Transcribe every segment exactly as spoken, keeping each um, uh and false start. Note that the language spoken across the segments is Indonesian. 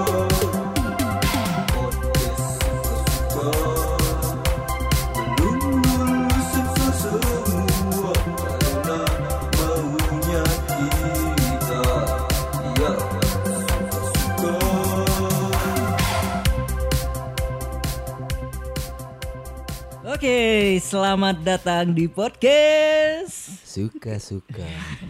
Oke, selamat datang di podcast Suka-suka.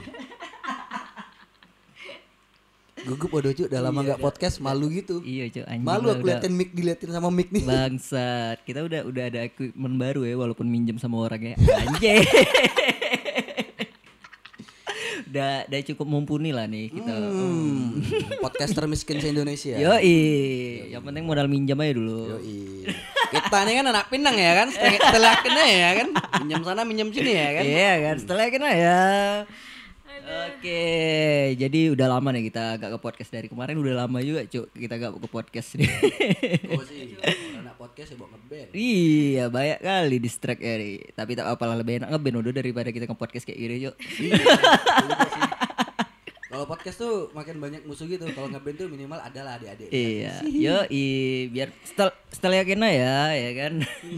Gugup waduh Cuk, udah lama Iya, gak podcast, malu gitu. Iya Cuk, anjing. Malu lah aku udah- liatin mic, diliatin sama mic nih. Bangsat, kita udah udah ada equipment baru ya, walaupun minjem sama orangnya. Anjay. udah, udah cukup mumpuni lah nih kita. Hmm, podcaster miskin se-Indonesia. Yoi, yang penting modal minjam aja dulu. Yoi. Kita nih kan anak Pinang ya kan, setelah kena ya kan, minjem sana minjem sini ya kan. Iya kan, setelah kena ya. Oke, jadi udah lama nih kita gak ke podcast dari kemarin, udah lama juga Cuk kita gak ke podcast nih. Oh sih, orang anak podcast ya bawa ngeband. Iya, banyak kali distract ya nih. Tapi tak apa lah, lebih enak ngeband udah daripada kita ke podcast kayak gini Cuk. Kalau podcast tuh makin banyak musuh gitu, kalau ngeband tuh minimal adalah adik-adik. Iya, yo i biar setel setel yakin ya, ya kan.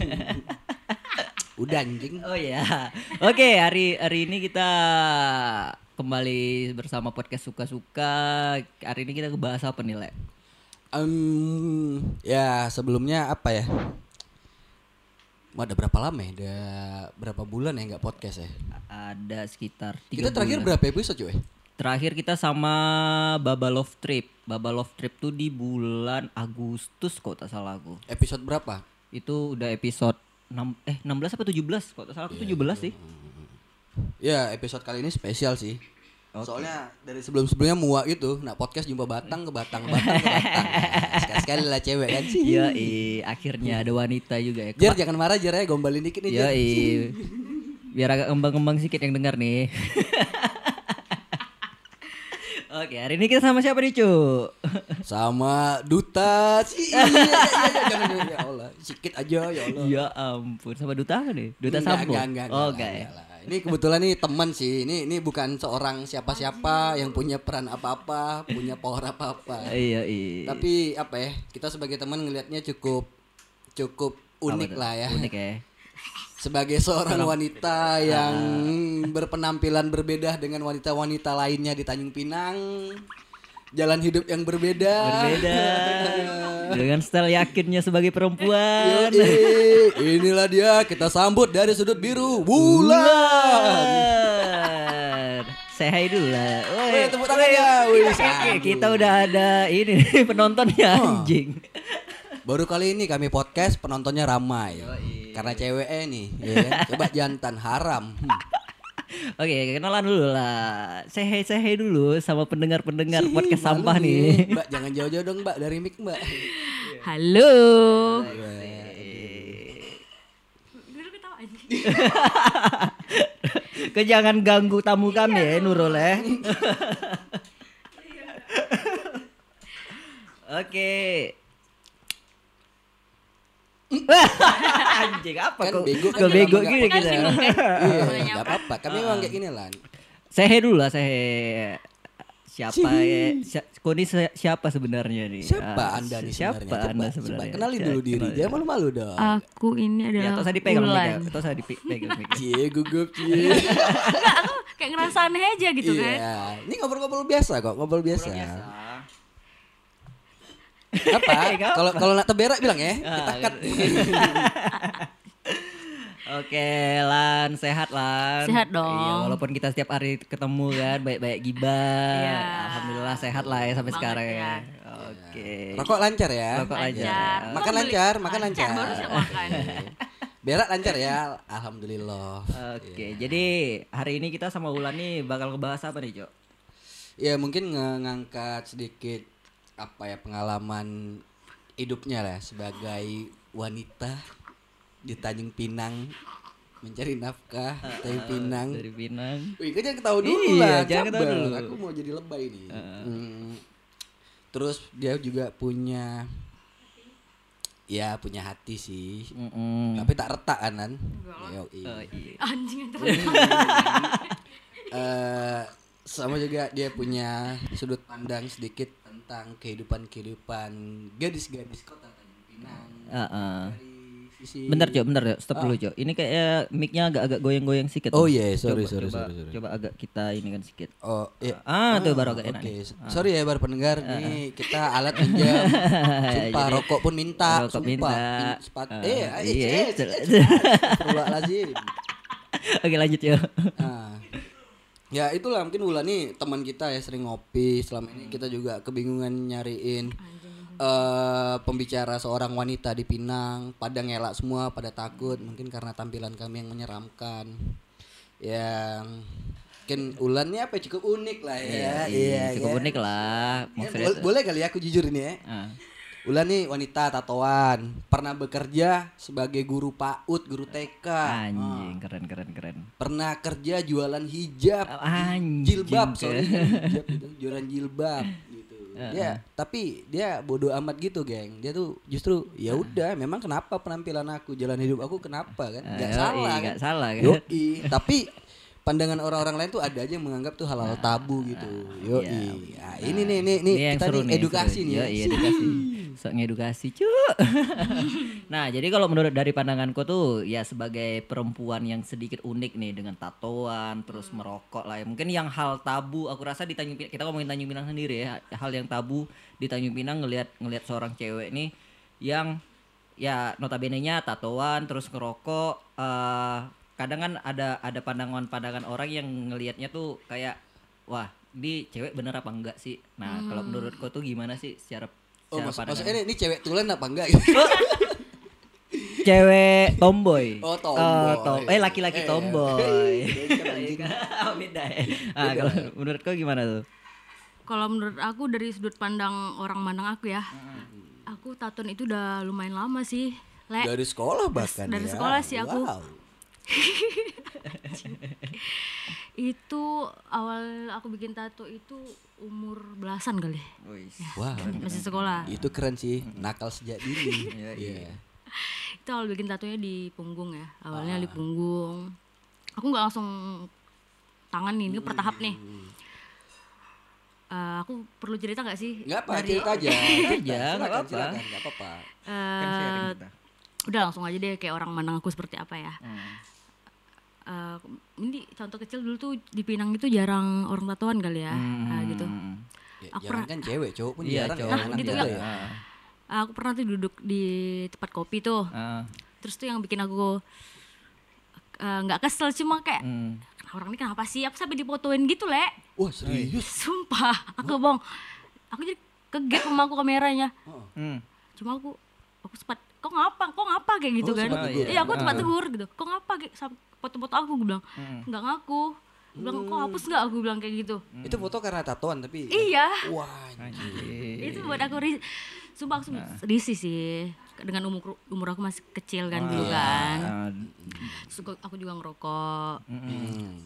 Udah anjing. Oh ya, oke hari hari ini kita kembali bersama podcast suka-suka. Hari ini kita ngebahas apa nih, Le? Um, ya sebelumnya apa ya? Wah, udah berapa lama ya? Udah berapa bulan ya nggak podcast ya? Ada sekitar tiga Kita terakhir bulan. berapa episode cuy? Terakhir kita sama Baba Love Trip. Baba Love Trip tuh di bulan Agustus kok tak salah aku. Episode berapa? Itu udah episode enam eh enam belas apa tujuh belas? Kok tak salah aku tujuh belas sih. Ya episode kali ini spesial sih. Oke. Soalnya dari sebelum-sebelumnya muak gitu, nak podcast jumpa Batang ke Batang, ke Batang ke Batang. Sekali-sekali lah cewek kan sih. Iya, akhirnya ada wanita juga ya. Jer jangan marah Jer ya, gombalin dikit nih Iya, Jer. biar agak kembang-kembang sedikit yang dengar nih. Oke, hari ini kita sama siapa nih, Cuk? Sama Duta sih. Iya, iya, iya, iya, jangan ya Allah, sikit aja ya Allah. Ya ampun, sama Duta apa nih? Duta Enggak, Sampo. enggak, enggak, Oh, enggak, enggak ya. enggak lah. Ini kebetulan nih teman sih. Ini ini bukan seorang siapa-siapa yang punya peran apa-apa, punya power apa-apa. Iya, iya. Tapi apa ya? Kita sebagai teman ngelihatnya cukup cukup unik Apa tuh? lah ya. Unik ya. Sebagai seorang wanita yang berpenampilan berbeda dengan wanita-wanita lainnya di Tanjung Pinang, jalan hidup yang berbeda. Berbeda. Dengan style yakinnya sebagai perempuan. Yoi, inilah dia, kita sambut dari sudut biru Bulan. Bulan. Say hi dulu lah. Woi, Woi, tepuk tangannya. Wih, sambut. kita udah ada ini nih, penontonnya anjing. Baru kali ini kami podcast penontonnya ramai. Karena cewek nih, ya kan? Coba jantan haram. Hmm. Oke, kenalan dulu lah. Say hi, say hi dulu sama pendengar-pendengar Sih, podcast malu sampah nih. Mbak, jangan jauh-jauh dong Mbak dari mic Mbak. Halo. Dulu ketawa aja. Kau jangan ganggu tamu kami ya, Nurul ya. Oke. Anjing apa Kan kok? bego kan Kok dalam bego enggak gini Kan kita. bingung kan. Iya, Boleh enggak nyapa. apa-apa. Kami memang kayak gini lah. Say hi dulu lah, say hi. Siapa ya? Si- Kau ini se- siapa sebenarnya nih? Siapa Ah, Anda nih Siapa sebenarnya? Coba, Anda coba sebenarnya? kenalin Coba dulu diri. kenalin. Jangan malu-malu dong. Aku ini Ya, adalah atau saya dipegang Bulan. mic-nya. Atau saya dipegang mic. Cie gugup cie. Enggak, aku kayak ngerasa aneh aja gitu kan. Iya, ini ngobrol-ngobrol biasa kok, ngobrol biasa. Apa? Nggak Kalau kalau nak teberak bilang ya, Ah, kita cut. Oke, Lan, sehat Lan. Sehat dong. Iya, walaupun kita setiap hari ketemu kan, baik-baik gibah. Iya. Alhamdulillah sehat lah ya sampai Banget sekarang ya. ya. Oke. Rokok lancar ya. Rokok Lancar. lancar. Makan Bang beli- lancar, makan lancar. Baru siap makan. Berak lancar ya, alhamdulillah. Oke, jadi hari ini kita sama Ulan nih bakal ngebahas apa nih, Cok? Ya mungkin nge- ngangkat sedikit apa ya pengalaman hidupnya lah sebagai wanita di Tanjung Pinang mencari nafkah di Tanjung Pinang. Dari Pinang. Wih, kau jangan ketawa dulu Iya, lah, jangan ketawa sabar. dulu. Aku mau jadi lebay nih. Hmm. Terus dia juga punya, ya punya hati sih. Mm-mm. Tapi tak retak kan kan? Yoi. Oh, iya. Anjing itu. Eh, sama juga dia punya sudut pandang sedikit tentang tentang kehidupan-kehidupan gadis-gadis kota Tanjung Pinang. Heeh. Dari sisi Bentar Cok, bentar Cok, stop Ah. dulu Cok. Ini kayak mic-nya agak-agak goyang-goyang sedikit. Oh nih. iya, sorry, Coba- sorry, coba, sorry, sorry. Coba agak kita ini kan sedikit. Oh, iya. Ah, tuh baru agak enak Oke, nih. sorry ya para pendengar, ini kita alat pinjam. Sumpah Jadi, rokok pun minta, rokok sumpah. minta. Pin- Sepat, Ah, eh, eh, iya, eh, itu. Astagfirullahaladzim. Oke lanjut Cok. Nah, ya itulah mungkin Wulan nih teman kita ya sering ngopi. Selama ini kita juga kebingungan nyariin eh pembicara seorang wanita di Pinang. Pada ngelak semua, pada takut mungkin karena tampilan kami yang menyeramkan. Yang mungkin Wulan nih apa ya, cukup unik lah ya. Iya, cukup kan? unik lah. Ya, Maksudnya bo- boleh kali ya aku jujur ini ya. Ah. Wulan nih wanita tatoan, pernah bekerja sebagai guru PAUD, guru T K. Anjing, keren keren keren. Pernah kerja jualan hijab, Anjing, jilbab, ke- sorry, hijab itu, jualan jilbab gitu. Dia tapi dia bodoh amat gitu, geng. Dia tuh justru ya udah, memang kenapa penampilan aku, jalan hidup aku kenapa kan? Enggak Ah, salah yoi, kan? nggak salah kan? Yoi, tapi pandangan orang-orang lain tuh ada aja yang menganggap tuh halal tabu gitu. Yoi. iya. Nah, ini nih nih nih Ini yang kita seru nih nih, edukasi seru. nih. ya. Yoi, edukasi. Sok ngedukasi cuk. Nah jadi kalau menurut dari pandanganku tuh ya sebagai perempuan yang sedikit unik nih dengan tatoan terus merokok lah ya. Mungkin yang hal tabu aku rasa di Tanjung Pinang, kita ngomongin Tanjung Pinang sendiri ya, hal yang tabu di Tanjung Pinang ngelihat ngelihat seorang cewek nih yang ya notabene-nya tatoan terus ngerokok. eh kadang kan ada ada pandangan-pandangan orang yang ngelihatnya tuh kayak wah ini cewek bener apa enggak sih. Nah kalau menurutku tuh gimana sih secara Oh, secara maksud, pandangan? maksudnya ini, ini cewek tulen apa enggak gitu? Cewek tomboy. Oh, tomboy. tom- eh laki-laki Eh, tomboy. beda, anjing. Beda ya. Ah, kalau menurut kau gimana tuh? Kalau menurut aku dari sudut pandang orang Mandang aku ya, aku tatoan itu udah lumayan lama sih, Le. Dari sekolah bahkan Dari ya. sekolah sih aku. Wow. Itu awal aku bikin tato itu umur belasan kali. Wah, Masih sekolah. itu keren sih, nakal sejak dini. Iya. Itu awal bikin tatonya di punggung ya. Awalnya Ah. di punggung. Aku nggak langsung tangan nih, ini bertahap nih. Eh, aku perlu cerita nggak sih? Enggak apa, Dari- cerita aja. aja, Cerita, nggak silakan, apa-apa. silakan, nggak apa-apa. Eh, udah langsung aja deh kayak orang Mandang aku seperti apa ya. Hmm. Eh, ini contoh kecil dulu tuh di Pinang itu jarang orang tatoan kali ya. Nah, gitu. Ya, Aku jangan pernah- kan cewek, cowok pun Iya, jarang cowok ya. Nah, Kan gitu ada ya. ya. Ah, Aku pernah tuh duduk di tempat kopi tuh. ah, Terus tuh yang bikin aku eh, nggak kesel cuma kayak hmm. orang ini kenapa sih? Aku sampai difotoin gitu, Le. Wah, serius. Sumpah, aku bohong. Aku jadi kegep sama aku kameranya. Hmm. Cuma aku aku sempat, kok ngapa? Kok ngapa kayak gitu Oh, kan? sempat tegur. Iya, aku sempat Ah. tegur gitu. Kok ngapa kayak sam- foto-foto aku gue bilang. Enggak ngaku. Gue bilang, kok hapus enggak aku bilang kayak gitu. Itu foto karena tatoan tapi. Iya. Wah, anjir. Itu buat aku ri- sumpah aku Nah. risih sih. Dengan umur umur aku masih kecil kan dulu Iya. kan. Ah, Terus gua- aku juga ngerokok. Hmm.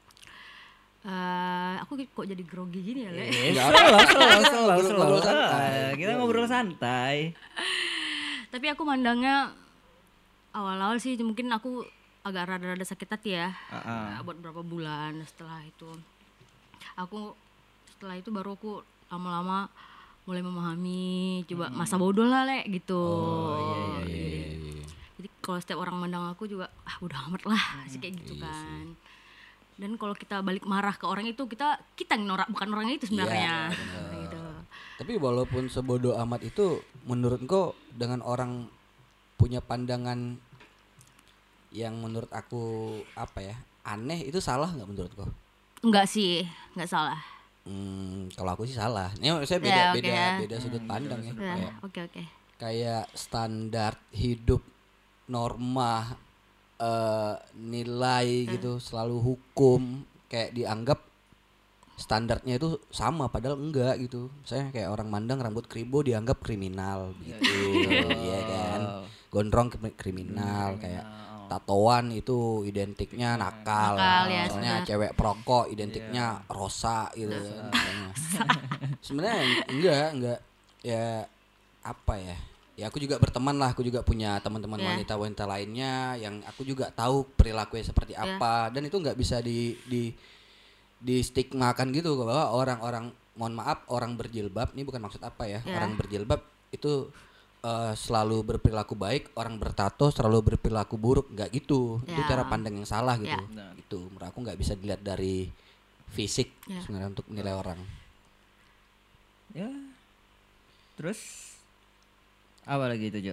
Eh, aku kok jadi grogi gini ya, Le? eh, Nggak slow, apa-apa. slow, slow, slow, Ngobrol-ngobrol slow. santai. Ah, Kita ngobrol santai. Tapi aku mandangnya awal-awal sih mungkin aku agak rada-rada sakit hati ya. Ah, ah. Nah, buat berapa bulan setelah itu. Aku setelah itu baru aku lama-lama mulai memahami, coba masa bodoh lah, Le, gitu. Oh, iya, Jadi, jadi kalau setiap orang mandang aku juga ah udah amat lah, sih kayak gitu kan. Dan kalau kita balik marah ke orang itu, kita kita yang norak, bukan orangnya itu sebenarnya. Iya, Gitu. Tapi walaupun sebodoh amat itu, menurut kau dengan orang punya pandangan yang menurut aku apa ya aneh, itu salah nggak menurut kau? Enggak sih, enggak salah. Hmm, kalau aku sih salah. Ini saya beda Ya, oke beda ya. beda sudut pandang ya. Ya, Kayak, oke oke. kayak standar hidup norma eh, nilai gitu selalu hukum kayak dianggap standarnya itu sama padahal enggak gitu. Saya kayak orang mandang rambut kribo dianggap kriminal gitu. Iya kan. Gondrong kri- kriminal kayak tatoan itu identiknya nakal. Nakal, ya, Soalnya benar. cewek perokok identiknya rosa gitu kan. Misalnya. Sebenarnya enggak, enggak ya apa ya? Ya aku juga berteman lah, aku juga punya teman-teman Ya. wanita-wanita lainnya yang aku juga tahu perilakunya seperti Ya. apa dan itu nggak bisa di di di stigmakan gitu bahwa orang-orang mohon maaf orang berjilbab nih bukan maksud apa ya. Ya. Orang berjilbab itu uh, selalu berperilaku baik, orang bertato selalu berperilaku buruk, nggak gitu. Itu Ya. cara pandang yang salah gitu. Ya. Itu menurut aku nggak bisa dilihat dari fisik Ya. sebenarnya untuk menilai orang. Ya. Terus apa lagi itu, Jo?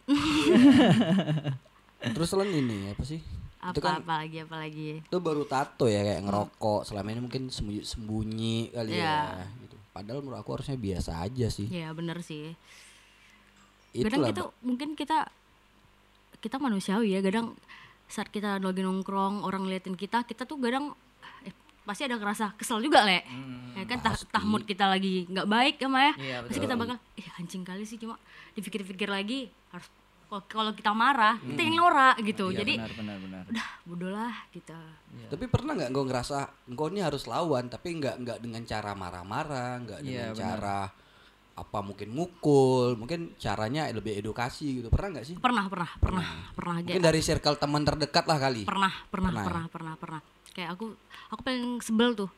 Terus selain ini apa sih? Apa Itu kan apa lagi apa lagi. itu baru tato ya kayak ngerokok. Selama ini mungkin sembunyi, sembunyi kali Ya. ya. Gitu. Padahal menurut aku harusnya biasa aja sih. Ya benar sih. Kadang Itulah. kita mungkin kita kita manusiawi ya. Kadang saat kita lagi nongkrong orang liatin kita, kita tuh kadang eh, pasti ada ngerasa kesel juga le. Ya kan tah, pasti. tah mood kita lagi nggak baik ya Maya. Iya, Pasti betul. kita bakal, eh anjing kali sih cuma dipikir-pikir lagi harus kalau- kalau kita marah kita yang norak gitu. Iya, Jadi benar benar benar. udah bodoh lah gitu. Tapi pernah nggak gue ngerasa engkau ini harus lawan tapi nggak nggak dengan cara marah-marah, nggak Iya, dengan benar. cara apa mungkin mukul, mungkin caranya lebih edukasi gitu. Pernah nggak sih? Pernah pernah pernah pernah Mungkin kayak- dari circle teman terdekat lah kali. pernah pernah Pernah ya? pernah pernah pernah kayak aku aku paling sebel tuh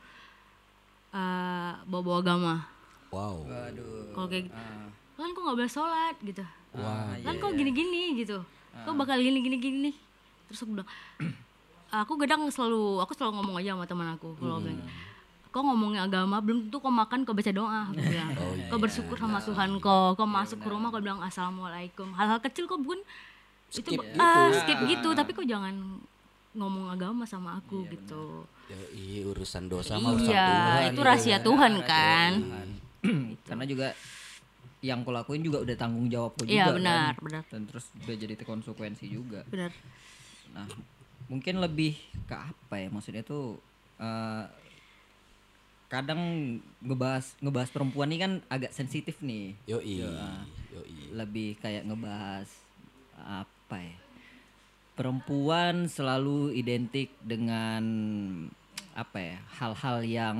eh bawa-bawa agama Wow. kalau kayak Ah. kan kok nggak boleh sholat gitu Wah. kan kok gini-gini gitu kok bakal gini-gini gini terus aku bilang aku kadang selalu aku selalu ngomong aja sama teman aku kalau bilang kok ngomongin agama belum tentu kau makan kau baca doa aku bilang kau bersyukur sama Tuhan kau kau masuk ke rumah kau bilang assalamualaikum hal-hal kecil kok bun itu Skip ah gitu. skip gitu tapi kok jangan ngomong agama sama aku gitu Yoi, urusan dosa mah urusan iya Tuhan. itu rahasia Tuhan kan Karena juga yang kau lakuin juga udah tanggung jawab kau iya juga benar kan. benar Dan terus udah jadi konsekuensi juga. benar Nah, mungkin lebih ke apa ya? Maksudnya tuh eh, kadang ngebahas ngebahas perempuan ini kan agak sensitif nih. Yoi. Ya, Yoi. lebih kayak ngebahas apa ya? Perempuan selalu identik dengan apa ya? Hal-hal yang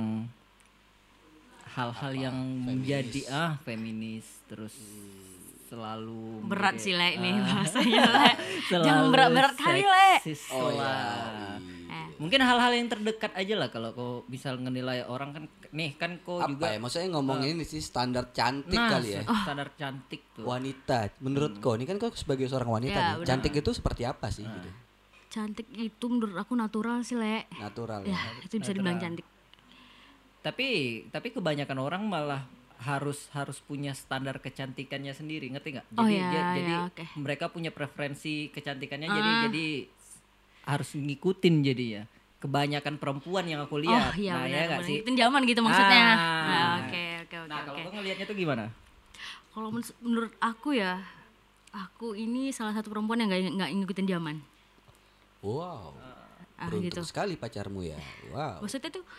hal-hal yang menjadi ah feminis terus selalu berat mungkin- sih le ini ah, bahasanya le selalu jangan berat-berat kali le seksis Oh lah. ya. Eh. Mungkin hal-hal yang terdekat aja lah kalau kau bisa ngenilai orang kan nih kan kau Apa juga ya? Maksudnya ngomongin ini sih standar cantik nah, kali ya. standar cantik tuh. Wanita. Menurut kau ini kan kau sebagai seorang wanita Ya, nih. benar. Cantik itu seperti apa sih gitu? cantik itu menurut aku natural sih le Natural ya ya. itu bisa dibilang cantik Tapi tapi kebanyakan orang malah harus harus punya standar kecantikannya sendiri, ngerti nggak? Oh Jadi ya, ja- jadi ya, oke. mereka punya preferensi kecantikannya jadi Ah. jadi harus ngikutin jadi ya. Kebanyakan perempuan yang aku oh lihat. iya nah, benar ya nggak benar. sih? Ngikutin zaman gitu maksudnya Ah. Nah, oke oke oke Nah, kalau oke kau ngelihatnya tuh gimana? kalau men- menurut aku ya aku ini salah satu perempuan yang nggak nggak ngikutin zaman Wow. ah Beruntung gitu sekali pacarmu ya. Wow. maksudnya tuh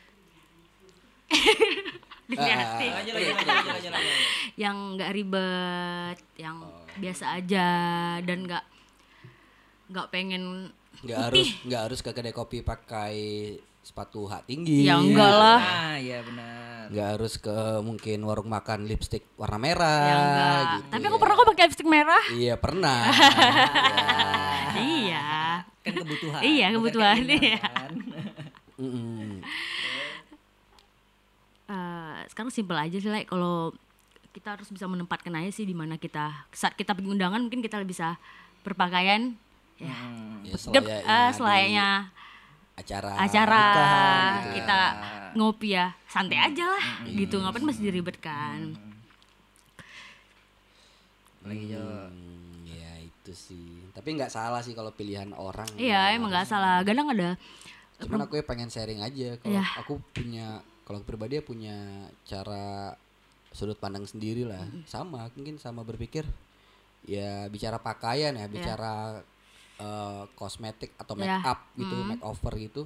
Ah, dilihatin Lanjut lagi, lanjut, lanjut, lanjut, lanjut. yang nggak ribet, yang biasa aja dan nggak nggak pengen Nggak harus nggak harus ke kedai kopi pakai sepatu hak tinggi. Ya enggak lah. Nah, iya benar. Nggak harus ke mungkin warung makan lipstick warna merah. Ya enggak. gitu Tapi ya. aku pernah kok pakai lipstick merah. Iya pernah. Iya. Kan kebutuhan. Iya, bukan kebutuhan, keinginan, iya. kan? Mm-mm. Eh, sekarang simpel aja sih, like kalau kita harus bisa menempatkan aja sih di mana kita saat kita pergi undangan mungkin kita bisa berpakaian ya Ya, dep, selayaknya eh, di selayaknya acara acara nikahan gitu ya. kita ngopi ya santai aja lah gitu ngapain masih diribetkan Lagi Jo. Hmm, ya itu sih. Tapi nggak salah sih kalau pilihan orang. iya emang nggak salah kadang ada Cuman aku ya pengen sharing aja kalau Iya. aku punya kalau aku pribadi ya punya cara sudut pandang sendiri lah. Sama mungkin sama berpikir ya bicara pakaian ya, bicara eh, kosmetik atau make Iya. up gitu, make over gitu.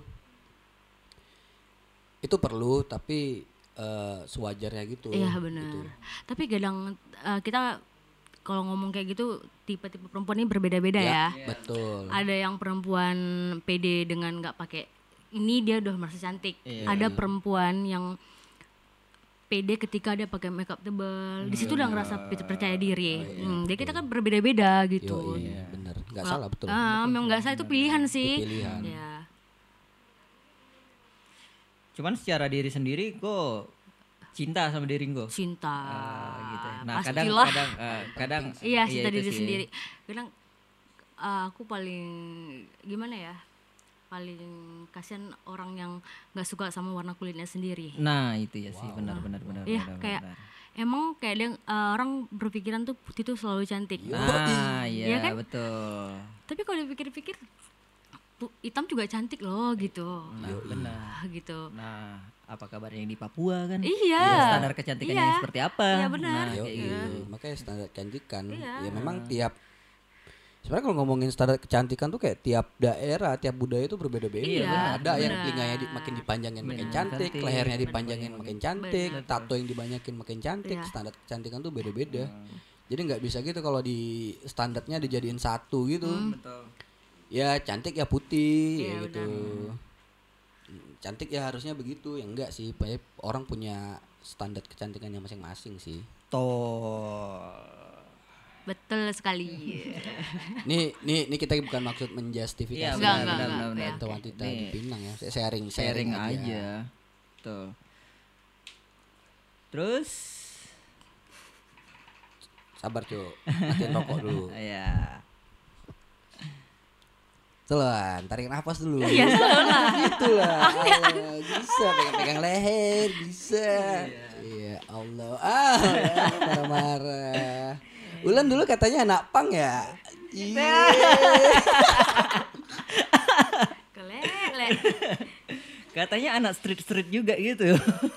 Itu perlu tapi eh, sewajarnya gitu. iya gitu. benar tapi kadang eh, kita kalau ngomong kayak gitu tipe-tipe perempuan ini berbeda-beda ya, Betul. ada yang perempuan pede dengan nggak pakai ini dia udah merasa cantik ada perempuan yang pede ketika dia pakai makeup tebal di situ udah ngerasa pe- percaya diri hmm, jadi kita kan berbeda-beda gitu Yo, iya, bener. Nggak salah betul. ah memang nggak salah itu pilihan sih Pilihan. ya Cuman secara diri sendiri kok Cinta sama diri gue. cinta. Ah, gitu. Nah, kadang Pastilah. kadang eh, kadang Iya, cinta itu diri sih. sendiri. Kadang uh, aku paling gimana ya? Paling kasihan orang yang nggak suka sama warna kulitnya sendiri. Nah, itu ya sih benar benar benar Iya, benar, kayak benar. emang kayak dia uh, orang berpikiran tuh putih tuh selalu cantik. Nah, iya Iya kan? betul. Tapi kalau dipikir-pikir pu- hitam juga cantik loh gitu. Nah, benar. Ah, gitu. Nah, apa kabar yang di Papua kan? Iya. Ya, standar kecantikannya Iya. seperti apa? Iya, benar. Nah, Yo, kayak iya. gitu. Makanya standar kecantikan. Iya. Ya memang tiap sebenarnya kalau ngomongin standar kecantikan tuh kayak tiap daerah, tiap budaya itu berbeda-beda. Iya, Ada yang benar. telinganya di, makin dipanjangin makin Benar. cantik, Cantik. lehernya dipanjangin makin cantik, Benar. tato yang dibanyakin makin cantik. Iya. Standar kecantikan tuh beda-beda. Jadi nggak bisa gitu kalau di standarnya dijadiin satu gitu. Betul. Ya cantik ya putih Iya, ya gitu. Cantik ya harusnya begitu. Ya enggak sih, banyak orang punya standar kecantikannya masing-masing sih. Toh. Betul sekali. Nih, nih, nih kita bukan maksud menjustifikasi Iya, Enggak, benar, enggak, benar, enggak. benar, Iya. atau wanita Nih, di Pinang ya. Sharing, sharing, sharing aja. Tuh. Terus Sabar cuy, matiin rokok dulu. ya. Telan, tarik nafas dulu. Iya, Gitu lah. Allah, bisa pegang-pegang leher, bisa. Iya, Allah. Ah, ya, marah-marah. Ulan dulu katanya anak pang ya. Iya. Kelele. Katanya anak street-street juga gitu.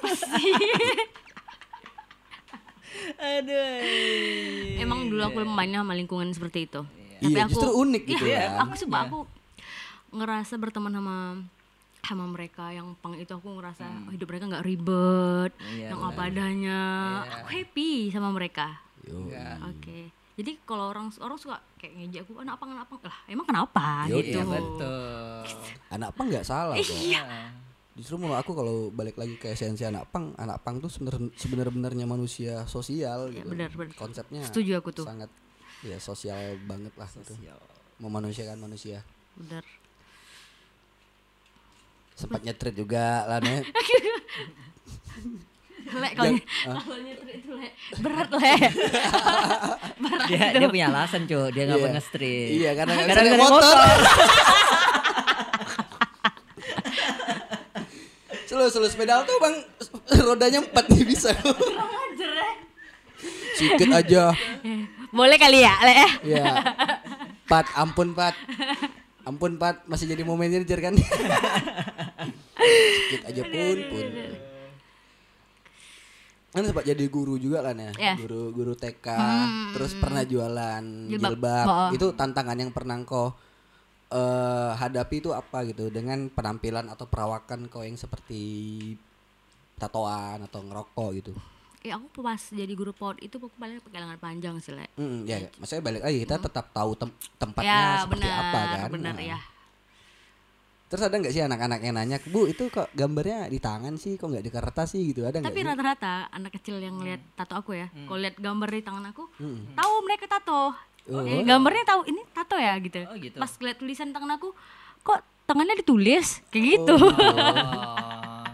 Aduh. Emang dulu aku mainnya sama lingkungan seperti itu. Tapi Iya, aku justru unik gitu iya, kan. aku sumpah aku ngerasa berteman sama sama mereka yang pang itu aku ngerasa oh, hidup mereka nggak ribet, Iya, yang apa adanya. Aku happy sama mereka. Yo. Oke. Jadi kalau orang orang suka kayak ngejek aku anak pang anak pang lah emang kenapa Yo, gitu. Iya betul. Anak pang nggak salah kok. Iya. Justru menurut aku kalau balik lagi ke esensi anak pang, anak pang tuh sebenar sebenar-benarnya manusia sosial gitu. benar, benar. Konsepnya Setuju aku tuh. sangat ya sosial banget lah gitu. Sosial. Memanusiakan manusia. Benar. Sempat nyetrit juga lah Net. Lek kalau kalau nyetrik itu lek berat lek. Dia dia punya alasan, Cuk. Dia enggak Iya. mau nge-street. Iya, karena nggak Karena bisa naik naik motor. Selalu selalu sepeda tuh bang rodanya empat nih bisa. Sikit aja. Boleh kali ya lek. Ya. Pat, ampun Pat. Ampun Pat, masih jadi mau manajer kan. Sikit aja pun pun. Kan sempat jadi guru juga kan ya. Iya. Guru guru T K, terus pernah jualan Jilbab. jilbab. Oh. Itu tantangan yang pernah kau eh, hadapi itu apa gitu dengan penampilan atau perawakan kau yang seperti tatoan atau ngerokok gitu. Ya aku pas jadi guru PAUD itu aku paling pakai lengan panjang sih lek. Mm, ya, maksudnya balik lagi kita tetap tahu tem- tempatnya Ya seperti benar, apa kan. benar Nah. ya. Terus ada nggak sih anak-anak yang nanya, Bu itu kok gambarnya di tangan sih, kok nggak di kertas sih gitu, ada nggak Tapi sih? rata-rata anak kecil yang lihat tato aku ya, kalau lihat gambar di tangan aku, Hmm. tahu mereka tato. Oh. Eh, gambarnya tahu ini tato ya gitu. Oh, gitu. Pas lihat tulisan tangan aku, kok tangannya ditulis kayak gitu. Oh.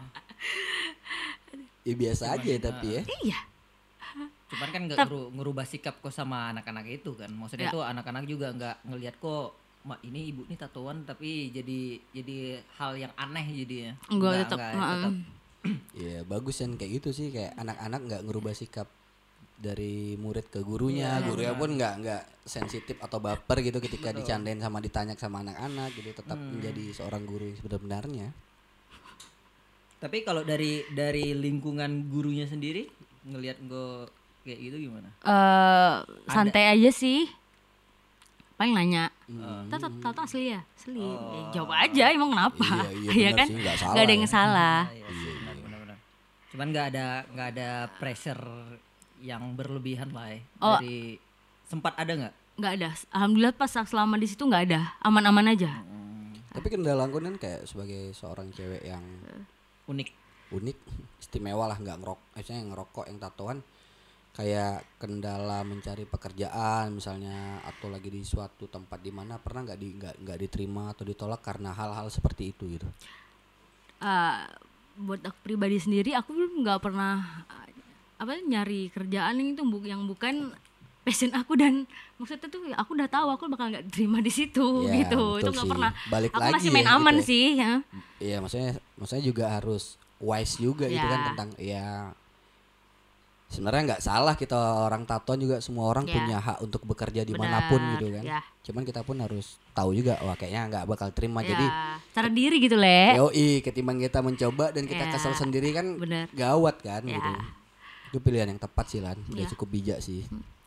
Ya biasa aja tapi ya. Iya. Cuman kan nggak ngeru- ngerubah sikap kok sama anak-anak itu kan. Maksudnya Ya. tuh anak-anak juga nggak ngelihat kok "Ma, ini ibu ini tatoan tapi jadi jadi hal yang aneh jadinya. Enggak, tetap, enggak, heeh. tetap. Ya bagus kan kayak gitu sih, kayak anak-anak nggak ngerubah sikap dari murid ke gurunya, gurunya pun nggak nggak sensitif atau baper gitu ketika dicandain sama ditanya sama anak-anak gitu, tetap menjadi seorang guru yang sebenarnya. Tapi kalau dari dari lingkungan gurunya sendiri ngelihat gue kayak gitu gimana? Eh santai aja sih. Paling nanya, Hmm. tato tato asli ya? Asli. Ya, jawab aja emang kenapa? Iya, iya, Iya benar kan? sih, nggak salah Nggak ada yang ya. salah. Iya sih, benar, benar, benar. Cuman nggak ada nggak ada pressure yang berlebihan lah ya. Oh. Dari sempat ada nggak? Nggak ada. Alhamdulillah pas selama di situ nggak ada. Aman-aman aja. Tapi kendala aku kan kayak sebagai seorang cewek yang Unik. unik, istimewa lah, nggak ngerok, misalnya yang ngerokok, yang tatoan, kayak kendala mencari pekerjaan misalnya atau lagi di suatu tempat di mana pernah nggak di nggak nggak diterima atau ditolak karena hal-hal seperti itu gitu. Eh, buat aku pribadi sendiri aku nggak pernah apa nyari kerjaan yang itu bu- yang bukan passion aku, dan maksudnya tuh aku udah tahu aku bakal nggak terima di situ Ya, gitu. betul Itu nggak sih. pernah. Balik aku lagi masih ya, main gitu aman ya. sih ya. Iya, maksudnya maksudnya juga harus wise juga gitu Ya. kan tentang ya sebenarnya nggak salah kita orang tatoan juga, semua orang Ya. punya hak untuk bekerja dimanapun Benar, gitu kan. ya. Cuman kita pun harus tahu juga wah kayaknya nggak bakal terima. Ya, Jadi cara diri gitu le. yoi, ketimbang kita mencoba dan kita Ya. kesel sendiri kan Benar. gawat kan Ya. gitu. Itu pilihan yang tepat sih Lan, udah Ya. cukup bijak sih.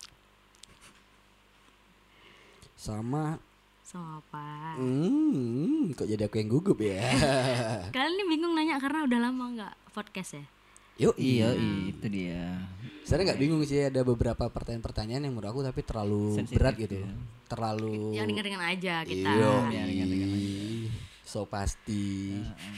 Sama Sama apa? hmm, kok jadi aku yang gugup ya. Kalian ini bingung nanya karena udah lama nggak podcast ya. Yuk, Iya, itu dia. saya nggak bingung sih, ada beberapa pertanyaan-pertanyaan yang menurut aku tapi terlalu Sensitif berat gitu, ya. terlalu. Yang ringan-ringan aja kita. Iya, Ya, ringan-ringan so pasti.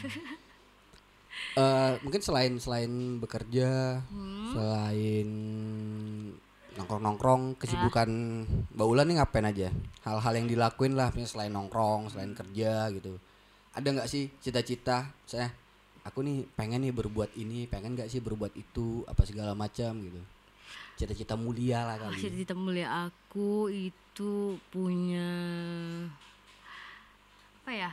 Eh, mungkin selain selain bekerja, Hmm. selain nongkrong-nongkrong, kesibukan Mbak Ulan nih ngapain aja? Hal-hal yang dilakuin lah, misalnya selain nongkrong, selain kerja gitu. Ada nggak sih cita-cita? Saya, aku nih pengen nih berbuat ini, pengen nggak sih berbuat itu, apa segala macam gitu. Cita-cita mulia lah Oh, kali. cita-cita mulia aku itu punya apa ya?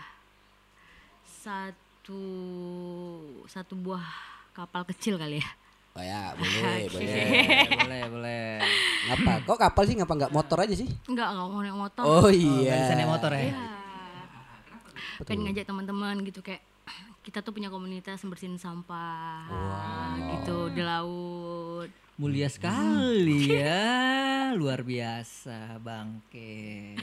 Satu satu buah kapal kecil kali ya. Oh ya, boleh, Oke. boleh. boleh, boleh. Ngapa? Kok kapal sih? Ngapa nggak motor aja sih? Enggak, enggak mau naik motor. Oh Oh, iya. nggak bisa naik motor ya? Iya. Pengen ngajak teman-teman gitu kayak kita tuh punya komunitas bersihin sampah gitu di laut. Mulia sekali ya, luar biasa bangke.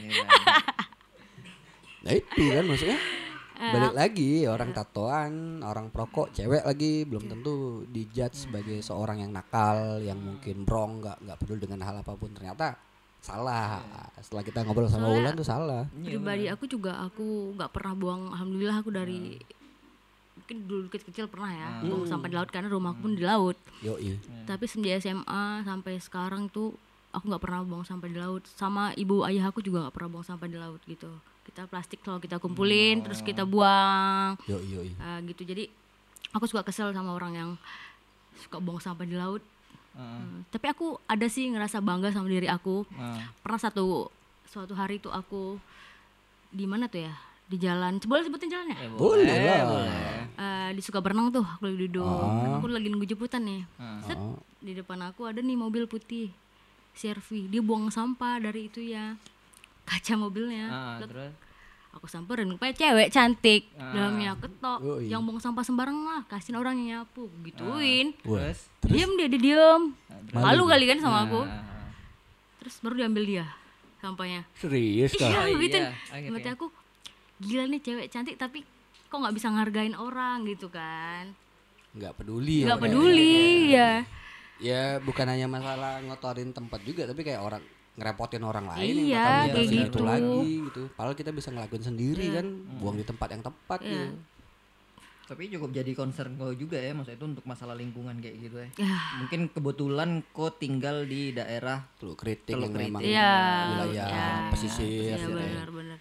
Nah itu kan maksudnya balik lagi orang tatoan, orang perokok, cewek lagi belum tentu dijudge sebagai seorang yang nakal, yang mungkin brong, nggak nggak peduli dengan hal apapun. Ternyata salah. Setelah kita ngobrol sama Soalnya- Wulan tuh salah. Pribadi aku juga aku nggak pernah buang, alhamdulillah aku dari mungkin dulu kecil-kecil pernah ya buang sampah di laut karena rumahku pun di laut. Yoi. Tapi semenjak S M A sampai sekarang tuh aku nggak pernah buang sampah di laut. Sama ibu ayah aku juga nggak pernah buang sampah di laut gitu. Kita plastik selalu kita kumpulin terus kita buang. Yoi yoi. Ah, gitu. Jadi aku suka kesel sama orang yang suka buang sampah di laut. Hmm, tapi aku ada sih ngerasa bangga sama diri aku. Ah. Pernah satu suatu hari tuh aku di mana tuh ya, di jalan, boleh sebutin jalannya? Ya, Boleh lah. boleh. Eh, di Sukaberenang tuh aku lagi duduk. Ah. Aku lagi nunggu jemputan nih. Set, Ah. di depan aku ada nih mobil putih C R V, dia buang sampah dari itu ya kaca mobilnya. Ah, Let, terus aku samperin, rupanya cewek cantik, Ah. dalamnya ketok, Yoi. yang buang sampah sembarang lah, kasihin orang yang nyapu, gituin. Wah. terus Diam dia, dia diem, malu kali kan sama aku. Ah. Terus baru diambil dia sampahnya. Serius Iya, kak? iya, gitu. akhirnya. Berarti aku gila nih cewek cantik tapi kok nggak bisa ngargain orang gitu kan? Nggak peduli. Nggak ya, peduli ya. Ya bukan hanya masalah ngotorin tempat juga, tapi kayak orang ngerepotin orang lain Iya, yang bakal kayak ngelakuin itu gitu. lagi gitu. Padahal kita bisa ngelakuin sendiri kan, buang di tempat yang tepat Iya. gitu. Tapi cukup jadi concern kau juga ya, maksudnya itu untuk masalah lingkungan kayak gitu ya. Ya. Mungkin kebetulan kau tinggal di daerah Teluk Kritik Teluk yang Kritik. memang Iya. wilayah Iya. pesisir. Iya gitu ya. benar-benar.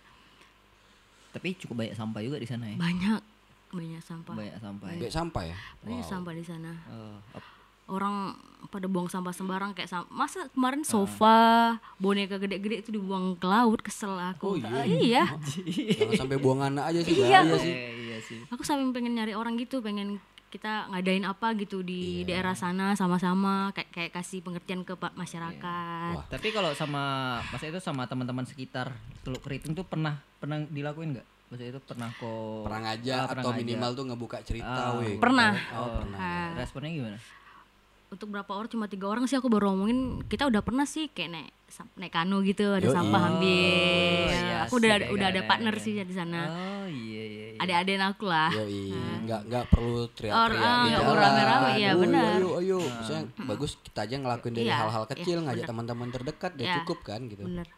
tapi cukup banyak sampah juga di sana ya. Banyak banyak sampah. Banyak sampah ya. Kayak sampah ya. Banyak sampah di sana. Oh, ap- Orang pada buang sampah sembarang kayak sam- masa kemarin Ah. sofa, boneka gede-gede itu dibuang ke laut, kesel aku. Oh, iya. Iya. Jangan sampai buang anak aja sih, Iya. bahaya sih. eh, iya sih. Aku sampai pengen nyari orang gitu, pengen kita ngadain apa gitu di daerah sana sama-sama kayak kayak kasih pengertian ke pa- masyarakat. Wah. Tapi kalau sama masa itu sama teman-teman sekitar Teluk Kriting tuh pernah pernah dilakuin nggak? Maksudnya itu pernah kok Pernah ngajak atau minimal tuh ngebuka cerita, Ah. weh. Pernah. Oh, pernah. Ah, responnya gimana? untuk berapa orang, cuma tiga orang sih aku baru ngomongin, kita udah pernah sih kayak naik sam- naik kano gitu, ada Yoi. sampah ambil. iya, aku udah asik, udah ya, ada kan, partner ya. sih di sana. Oh iya iya. iya. Adik-adik aku lah. Yoi, nggak nggak perlu teriak-teriak Or- ah, di nggak jalan. perlu rame-rame, iya, Ayo, benar. Ayo, ayo, Maksudnya bagus kita aja ngelakuin dari Iya, hal-hal iya, kecil, ngajak benar. teman-teman terdekat udah Iya. cukup kan gitu. Bener.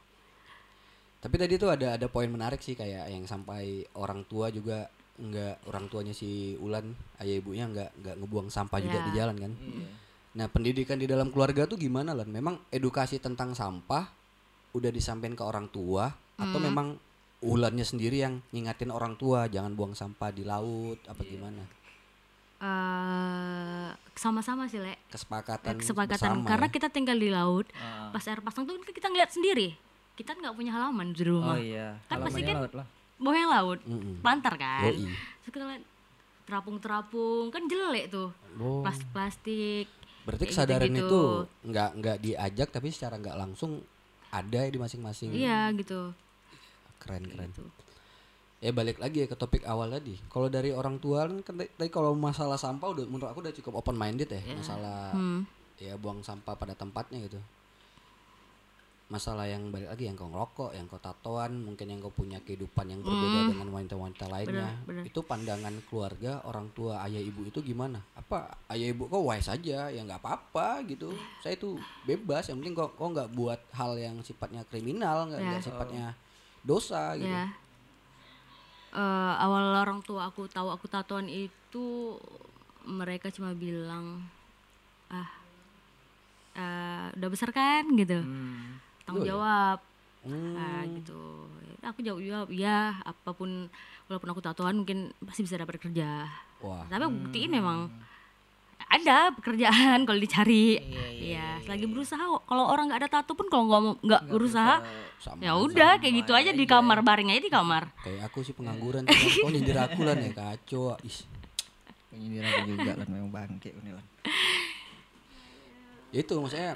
Tapi tadi tuh ada ada poin menarik sih, kayak yang sampai orang tua juga nggak, orang tuanya si Ulan, ayah ibunya nggak nggak ngebuang sampah juga Iya. di jalan kan. Iya. Nah pendidikan di dalam keluarga tuh gimana Lan? Memang edukasi tentang sampah udah disampaikan ke orang tua atau Hmm. memang Ulannya sendiri yang ngingatin orang tua jangan buang sampah di laut apa Iya. gimana? eh sama-sama sih Le. Kesepakatan, Kesepakatan bersama karena ya. kita tinggal di laut. Ah. Pas air pasang tuh kan kita ngeliat sendiri. Kita nggak punya halaman di rumah. Oh iya. Kan pasti Halamannya kan laut lah. bawahnya laut, Mm-mm. pantar kan. Yoi. Terus kita lihat terapung-terapung kan jelek tuh, Oh. plastik-plastik. Berarti kayak kesadaran gitu-gitu. itu nggak nggak diajak tapi secara nggak langsung ada di masing-masing. Iya gitu. Keren keren. Gitu. Ya balik lagi ya ke topik awal tadi. Kalau dari orang tua kan kan tadi kalau masalah sampah udah menurut aku udah cukup open minded ya. Masalah Hmm. ya buang sampah pada tempatnya gitu. Masalah yang balik lagi yang kau ngerokok, yang kau tatoan, mungkin yang kau punya kehidupan yang berbeda dengan wanita-wanita lainnya. Benar, benar. Itu pandangan keluarga, orang tua, ayah ibu itu gimana? Apa ayah ibu kau wise aja, ya nggak apa-apa gitu. Saya itu bebas, yang penting kau kau nggak buat hal yang sifatnya kriminal, nggak Ya. nggak sifatnya dosa gitu. Ya. Eh, awal orang tua aku tahu aku tatoan itu mereka cuma bilang ah eh, udah besar kan gitu, tanggung Oh, ya? jawab. Hmm. Ah, gitu. Ya, aku jawab jawab ya apapun walaupun aku tatoan mungkin pasti bisa dapat kerja. Wah. Tapi aku buktiin memang ada pekerjaan kalau dicari. Iya, selagi berusaha. Kalau orang nggak ada tato pun kalau nggak mau nggak berusaha, Sama ya udah kayak gitu aja di kamar, baring aja di kamar. kayak aku sih pengangguran tuh. Oh nyindir aku lah ya kacau. Ih. Penyindir aku juga lah memang bangke ini lah. Ya itu maksudnya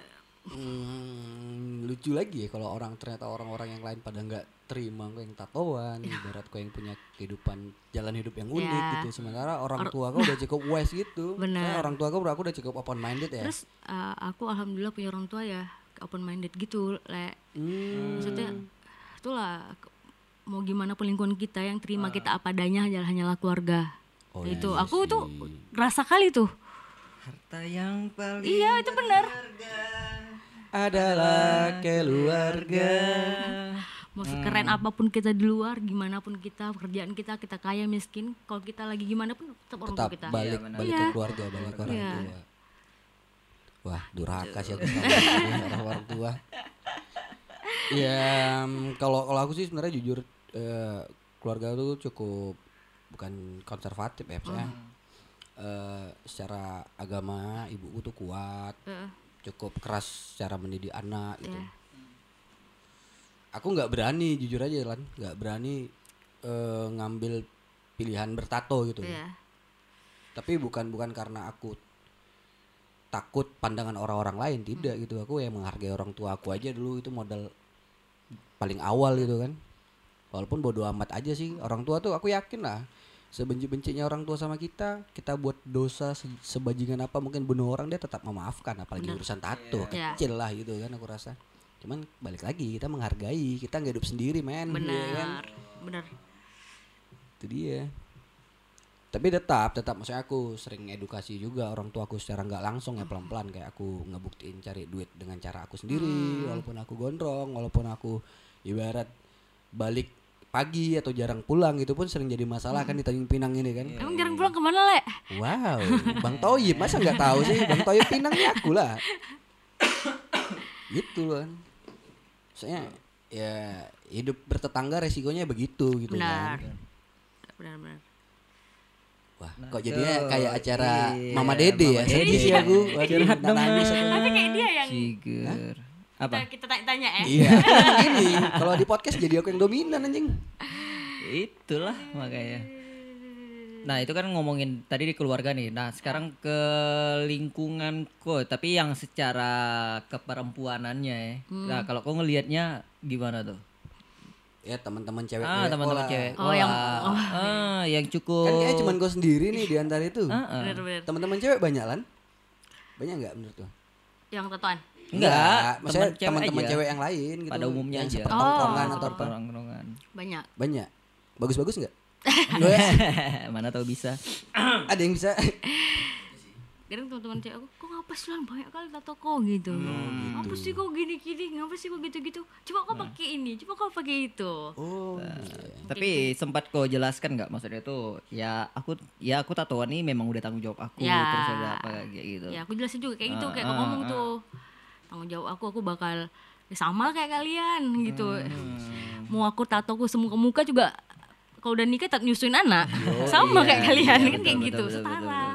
hmm, lucu lagi ya kalau orang ternyata orang-orang yang lain pada nggak terima kau yang tatoan, ibarat kau yang punya kehidupan jalan hidup yang unik Ya. gitu. Sementara orang tua kau udah cukup wise gitu. Benar. Saya orang tua kau aku udah cukup open minded ya. Terus uh, aku alhamdulillah punya orang tua ya open minded gitu, Le. Hmm. Maksudnya itulah mau gimana pun lingkungan kita yang terima kita apa adanya hanya hanyalah keluarga. Oh, Itu iya aku sih. tuh rasa kali tuh. Harta yang paling Iya, itu benar. Adalah keluarga. Mau sekeren apapun kita di luar, gimana pun kita pekerjaan kita, kita kaya miskin, kalau kita lagi gimana pun tetap orang tua Tetap kita. balik Iya, benar. balik ke Iya. keluarga, balik ke orang Iya. tua. Wah, durhaka sih aku sama orang orang tua. Ya, mm, kalau kalau aku sih sebenarnya jujur eh, keluarga tuh cukup bukan konservatif ya, saya. Eh, secara agama ibuku tuh kuat, Heeh. cukup keras secara mendidik anak gitu. Iya. Aku nggak berani jujur aja Lan, nggak berani eh, ngambil pilihan bertato gitu. Iya. Tapi bukan bukan karena aku takut pandangan orang-orang lain, tidak gitu. Aku yang menghargai orang tua aku aja dulu, itu modal paling awal gitu kan. Walaupun bodo amat aja sih orang tua tuh, aku yakin lah sebenci-bencinya orang tua sama kita, kita buat dosa se- sebajingan apa mungkin bunuh orang dia tetap memaafkan, apalagi Benar. urusan tato Iya. kecil lah gitu kan aku rasa. Cuman balik lagi kita menghargai, kita nggak hidup sendiri men, ya kan? Benar. Benar. Itu dia. Tapi tetap tetap maksudnya aku sering edukasi juga orang tua aku secara nggak langsung ya, pelan-pelan kayak aku ngebuktiin cari duit dengan cara aku sendiri, walaupun aku gondrong, walaupun aku ibarat balik pagi atau jarang pulang itu pun sering jadi masalah kan di Tanjung Pinang ini kan. Emang jarang pulang kemana, Le? Wow, Bang Toyib masa nggak tahu sih, Bang Toyib Pinangnya aku lah. Gitu kan. Soalnya ya hidup bertetangga resikonya begitu gitu Benar. kan. Benar, benar. Wah, Nah, kok jadinya tuh, kayak acara iya, Mama Dede ya. Mama Sedih Dede. sih aku. Waduh, Curhat dong, nangis Mas. aku. Tapi kayak dia yang Ciger. Apa? kita, kita tanya-tanya ya. Iya, ini kalau di podcast jadi aku yang dominan anjing. Itulah makanya. Nah itu kan ngomongin tadi di keluarga nih. Nah sekarang ke lingkungan kok, tapi yang secara keperempuanannya ya. Nah kalau kau ngelihatnya gimana tuh? Ya teman-teman cewek. Ah teman-teman cewek. Oh, yang- Wah, oh. ah, yang cukup. Kan kayaknya cuman gue sendiri nih di antara itu. Ah, ah. Benar, benar. Teman-teman cewek banyak lan? Banyak nggak menurut lo? Yang tatoan. Enggak, maksudnya teman cewek teman-teman aja. cewek yang lain gitu. Pada umumnya yang aja. seperti tongkrongan Oh. atau apa? Orang-orangan. Banyak. Banyak. Bagus-bagus nggak? Mana tahu bisa. Ada yang bisa. Kadang teman-teman cewek aku, kok ngapa sih Lan banyak kali tato kok gitu. Ngapa sih kok gini-gini, ngapa sih kok gitu-gitu. Coba kok pakai ini, coba kok pakai itu. Oh. iya. Tapi sempat kau jelaskan nggak maksudnya tuh? Ya aku, ya aku tatoan nih memang udah tanggung jawab aku. Ya. Terus ada apa kayak gitu. Ya aku jelasin juga kayak gitu, Ah, kayak ah, kau ngomong ah. tuh. Tanggung jawab aku, aku bakal ya sama kayak kalian gitu. Hmm. Mau aku tatoku semua ke muka juga kalau udah nikah tak nyusuin anak. Sama Iya, kayak kalian iya, kan betul, kayak betul, gitu, betul, setara. betul, betul, betul.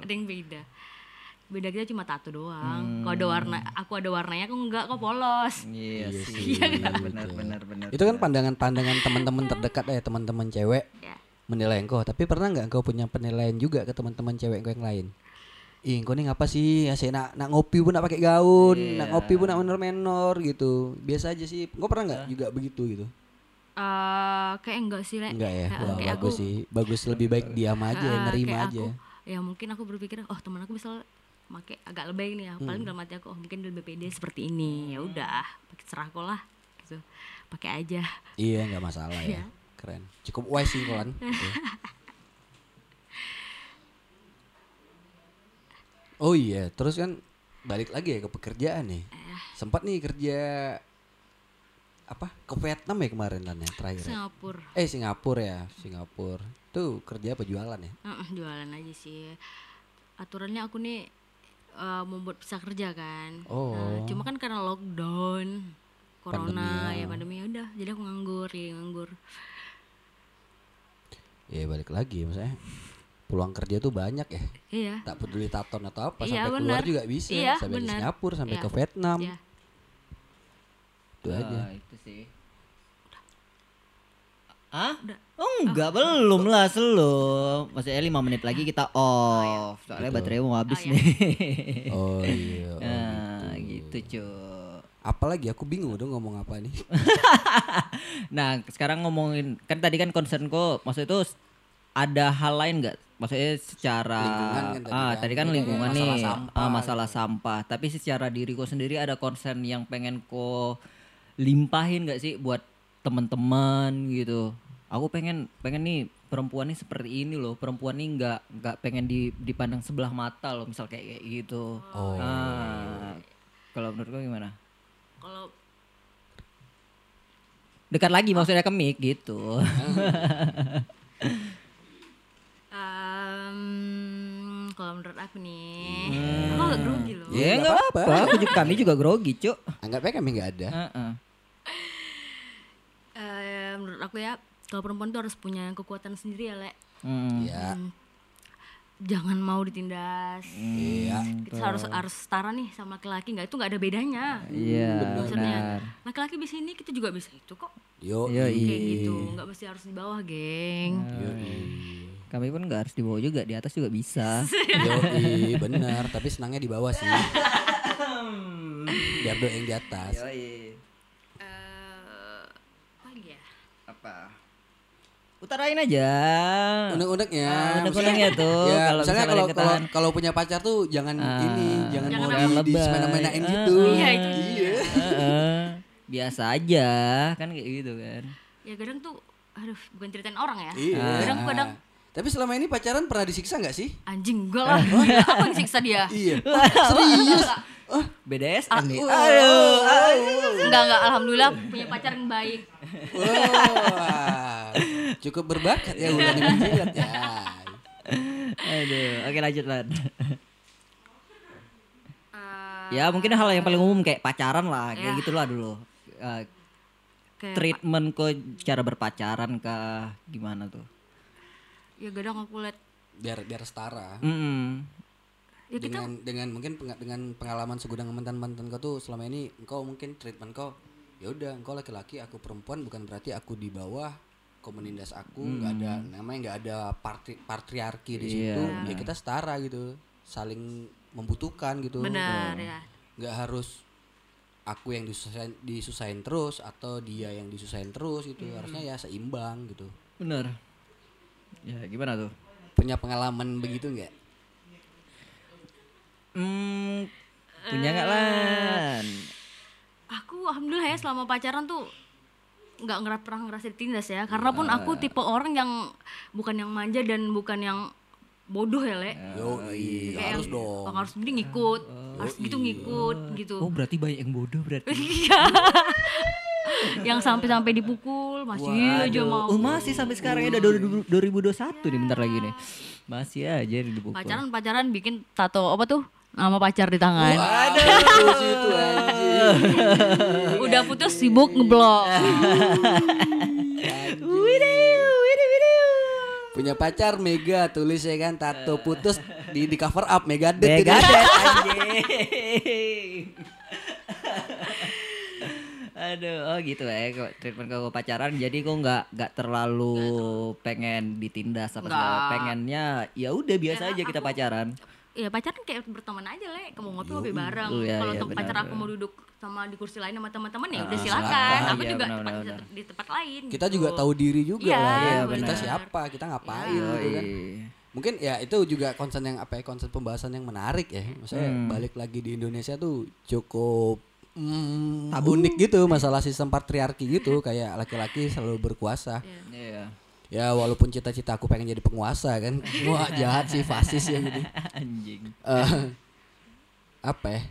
ada yang beda. Beda kita cuma tato doang. Kalau ada warna, aku ada warnanya, aku enggak, kok polos. Iya Iya sih. sih, Iya betul. benar benar benar. Itu kan pandangan-pandangan teman-teman terdekat ya, teman-teman cewek Ya. menilai engkau. Tapi pernah nggak engkau punya penilaian juga ke teman-teman cewek engkau yang lain? Ih, engkau nih ngapa sih? Asik nak nak ngopi pun nak pakai gaun, Iya. nak ngopi pun nak menor-menor gitu. Biasa aja sih. Engkau pernah nggak juga begitu gitu? Eh, kayak enggak sih, Le. Enggak ya. Eh, Wah, kayak bagus aku- sih. Bagus, lebih baik diam aja, eh, nerima kayak aja. aku, ya mungkin aku berpikir, oh teman aku misal pakai agak lebay nih ya. Paling dalam hati aku, oh mungkin dia lebih pede seperti ini. Ya udah, pakai serah kok lah. Gitu. Pakai aja. Iya, nggak masalah ya. Iya. Keren. Cukup wise sih kan. Oh iya, terus kan balik lagi ya ke pekerjaan nih. Sempat nih kerja apa? Ke Vietnam ya kemarin kan ya terakhir. Ya? Singapura. Eh Singapura ya, Singapura. Tuh kerja apa jualan ya? Heeh, jualan aja sih. Aturannya aku nih eh, membuat bisa kerja kan. Oh. Nah, cuma kan karena lockdown, corona, Pandemi, ya. ya pandemi ya udah. Jadi aku nganggur, ya nganggur. Ya balik lagi maksudnya. Peluang kerja tuh banyak ya. Iya. Tak peduli taton atau apa, Iya, sampai keluar benar. juga bisa. Iya, Sampai ke benar. Singapura, sampai Iya. ke Vietnam. Iya. Itu aja. Ah, itu sih. Ah? Oh enggak, belum lah, belum. Maksudnya lima menit lagi kita off. Soalnya baterai mau habis Oh, iya. nih. Oh iya. Oh, Nah, gitu. gitu, Cuk. Apalagi aku bingung udah ngomong apa nih. Nah, sekarang ngomongin kan tadi kan concernku maksud itu s- ada hal lain nggak? Maksudnya secara Lingkungan kan tadi ah kan. tadi kan Kayak lingkungan masalah nih, sampah ah, masalah sampah. Tapi secara diriku sendiri ada concern yang pengen ko limpahin nggak sih buat teman-teman gitu. Aku pengen pengen nih perempuan nih seperti ini loh. Perempuan nih nggak nggak pengen di, dipandang sebelah mata loh, misal kayak kayak gitu. Oh. Ah, kalau menurut kau gimana? Kalau Dekat lagi maksudnya ke mic gitu. em, kalau menurut aku nih, aku agak grogi loh. Ya nggak nggak apa-apa. apa-apa, aku juga, kami juga grogi, Cuk. Anggapnya kami nggak ada. Heeh. Eh, menurut aku ya, kalau perempuan tuh harus punya kekuatan sendiri ya, Le. Hmm. Iya. Jangan mau ditindas. Iya. Kita harus harus setara nih sama laki-laki, nggak itu nggak ada bedanya. Iya, Maksudnya benar. laki-laki bisa ini, kita juga bisa itu kok. Yo. Yo, Kayak gitu, nggak mesti harus di bawah, geng. Kami pun nggak harus di bawah juga, di atas juga bisa. Yo, benar. Tapi senangnya di bawah sih. Biar doa yang di atas. Eh, apa lagi ya? Apa? Utarain aja. Unek-uneknya. Ah, unek-uneknya tuh. Ya, Kalau misalnya misalnya kalau ada kalau ketahan. kalau punya pacar tuh jangan Ah, ini, jangan mau jangan di, di lebay. semena-menain Ah, gitu. Iya, itu Iya. Heeh. Biasa aja, kan kayak gitu kan. Ya kadang tuh, aduh, bukan ceritain orang ya. Iya. Kadang kadang Tapi selama ini pacaran pernah disiksa nggak sih? anjing enggak lah. Gila, apa yang siksa dia? Iya. Serius? Oh, B D S M nih. Aduh. Aduh. Enggak enggak, alhamdulillah punya pacar yang baik. wah. Cukup berbakat ya udah menjilat ya. Aduh, oke lanjut Lan. Eh, Ya mungkin hal yang paling umum kayak pacaran lah, kayak Ya. gitulah dulu. Eh, kayak treatment kok cara berpacaran kah gimana tuh? ya kadang aku liat Biar biar setara. Mm-mm. ya kita dengan dengan mungkin penga- dengan pengalaman segudang mantan-mantan kau tuh selama ini engkau mungkin treatment kau ya udah engkau laki-laki aku perempuan bukan berarti aku di bawah kau menindas aku nggak ada namanya nggak ada partri, patriarki di situ Iya. ya kita setara gitu saling membutuhkan gitu benar ya. nggak harus aku yang disusahin disusahin terus atau dia yang disusahin terus gitu harusnya ya seimbang gitu. Bener. Ya gimana tuh? Punya pengalaman begitu nggak? Hmm, punya nggak Lan? Aku alhamdulillah ya selama pacaran tuh nggak ngerat pernah ngerasa ditindas ya. Karena pun aku tipe orang yang bukan yang manja dan bukan yang bodoh ya, Le. Yo Kayak harus yang, dong. oh, harus begini ngikut, harus gitu ngikut gitu. Oh berarti banyak yang bodoh berarti. Yang sampai-sampai dipukul masih aja mau. Oh masih sampai sekarang ya udah dua ribu dua puluh satu nih bentar lagi nih. Masih aja dipukul. Pacaran-pacaran bikin tato apa tuh? Nama pacar di tangan. Aduh, terus itu anjing. Udah putus sibuk ngeblok. Punya pacar Mega tulis ya kan tato putus di di cover up Megadeth gitu. Megadeth anjing. Aduh, oh gitu ya kok treatment kalau pacaran jadi kok nggak nggak terlalu pengen ditindas apa segala, Nggak. pengennya ya udah biasa Karena aja kita aku- pacaran. Ya pacaran kayak berteman aja le, kamu ngopi-ngopi bareng. Oh, iya, Kalau iya, untuk benar, pacar aku benar. mau duduk sama di kursi lain sama teman-teman ya Ah, udah silakan. silakan. Aku Iya, juga benar, tempat- benar, benar. di tempat lain. Kita gitu. juga tahu diri juga Iya, lah. Iya, Kita benar. siapa, kita ngapain Iya. gitu kan. Yoi. Mungkin ya itu juga concern yang apa ya, concern pembahasan yang menarik ya. Maksudnya Hmm. balik lagi di Indonesia tuh cukup mm, Tabu. unik gitu masalah sistem patriarki gitu, kayak laki-laki selalu berkuasa. Iya. Ya walaupun cita-cita aku pengen jadi penguasa kan. Wah, jahat sih, fasis ya gitu. Anjing. Eh, apa ya?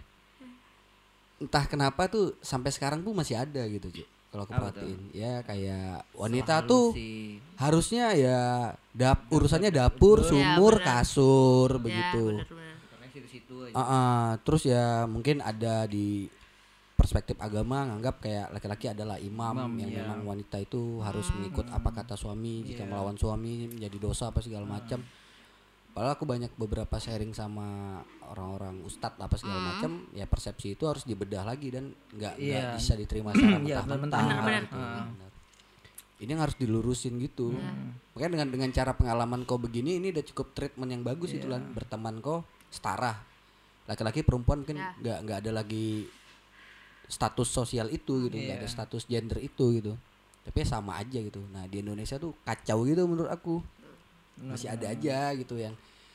Entah kenapa tuh sampai sekarang tuh masih ada gitu, Cuk. Kalau aku Apa perhatiin, ya kayak wanita Selalu tuh sih. harusnya ya dap urusannya dapur, Ya, sumur, benar. kasur Ya, begitu. benar-benar. Karena situ-situ aja. Ah, ah. Terus ya mungkin ada di perspektif agama nganggap kayak laki-laki adalah imam, Imam, yang iya. memang wanita itu harus mengikut apa kata suami, jika Iya. melawan suami menjadi dosa apa segala macam. Padahal aku banyak beberapa sharing sama orang-orang ustadz apa segala macam, ya persepsi itu harus dibedah lagi dan nggak nggak Iya. bisa diterima secara Iya, mentah-mentah. benar-benar. gitu. Ah. Benar. Ini yang harus dilurusin gitu. Makanya dengan dengan cara pengalaman kau begini ini udah cukup treatment yang bagus itu Iya. Lan. Berteman kau setara. Laki-laki perempuan mungkin Ya. nggak nggak ada lagi status sosial itu gitu, nggak Iya. ada status gender itu gitu. Tapi ya sama aja gitu. Nah, di Indonesia tuh kacau gitu menurut aku. Masih ada aja gitu yang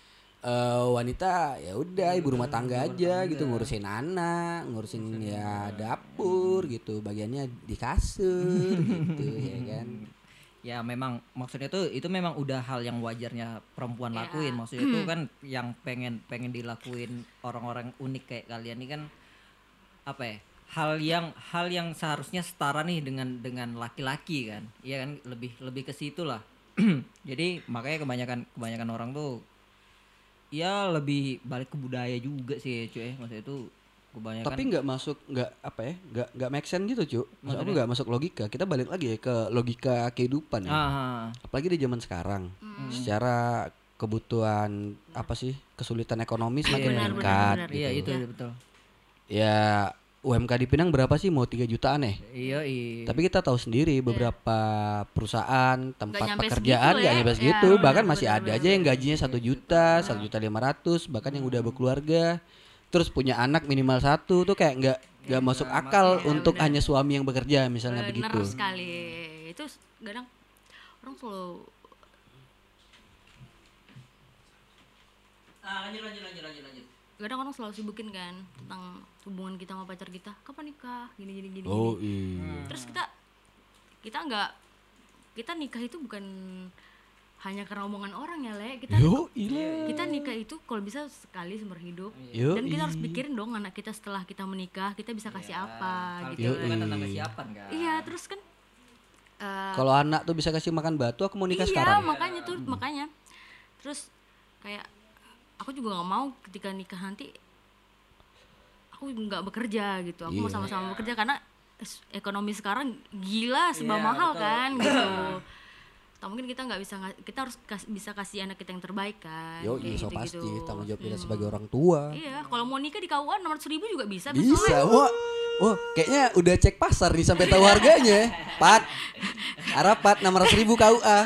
eh wanita ya udah ibu rumah tangga aja gitu, ngurusin anak, ngurusin ya dapur gitu, bagiannya di kasur gitu ya kan. Ya memang maksudnya tuh itu memang udah hal yang wajarnya perempuan Ya. lakuin. Maksudnya tuh kan yang pengen pengen dilakuin orang-orang unik kayak kalian ini kan apa ya? Hal yang hal yang seharusnya setara nih dengan dengan laki-laki kan. Iya kan lebih lebih ke situ lah. Jadi makanya kebanyakan kebanyakan orang tuh ya lebih balik ke budaya juga sih cuy. Maksudnya itu kebanyakan Tapi nggak masuk, nggak apa ya, nggak nggak make sense gitu cu. Maksud aku Maksudnya? nggak masuk logika. Kita balik lagi ya ke logika kehidupan ya. ah, Apalagi di zaman sekarang, secara kebutuhan apa sih, kesulitan ekonomi semakin Benar, meningkat. benar, benar. gitu. iya itu betul. Ya U M K di Pinang berapa sih, mau tiga jutaan ya? Iya, iya. Tapi kita tahu sendiri beberapa perusahaan tempat nyampe pekerjaan segitu nggak ya. nyampe Ya, segitu, benar, bahkan masih benar, ada benar. aja yang gajinya satu juta, satu juta lima ratus, bahkan yang udah berkeluarga, terus punya anak minimal satu tuh kayak nggak nggak masuk akal Ya, untuk benar. hanya suami yang bekerja misalnya Benar begitu. sekali. Itu kadang orang selalu Ah, lanjut lanjut lanjut lanjut lanjut. kadang orang selalu sibukin kan tentang hubungan kita sama pacar kita, kapan nikah, gini gini gini. Oh gini. iya. Terus kita kita nggak kita nikah itu bukan hanya karena omongan orang ya le, kita Yo iya. kita nikah itu kalau bisa sekali seumur hidup. Yo, Dan kita harus pikirin dong anak kita setelah kita menikah kita bisa kasih apa Hal gitu. itu kan tentang kesiapan kan. Iya, terus kan eh, Kalau anak tuh bisa kasih makan batu, aku mau nikah iya, sekarang. makanya tuh makanya. Terus kayak aku juga nggak mau ketika nikah nanti aku nggak bekerja gitu. Aku mau Iya. sama-sama bekerja karena es- ekonomi sekarang gila serba Iya, mahal betul. kan gitu. Atau mungkin kita nggak bisa nga- kita harus kas- bisa kasih anak kita yang terbaik kan. Yo kayak iya, so gitu-gitu. pasti tanggung jawab kita sebagai orang tua. Iya, kalau mau nikah di K U A enam ratus ribu juga bisa. Bisa, wah, wah, kayaknya udah cek pasar nih sampai tahu harganya. Pat, Arapat enam ratus ribu K U A.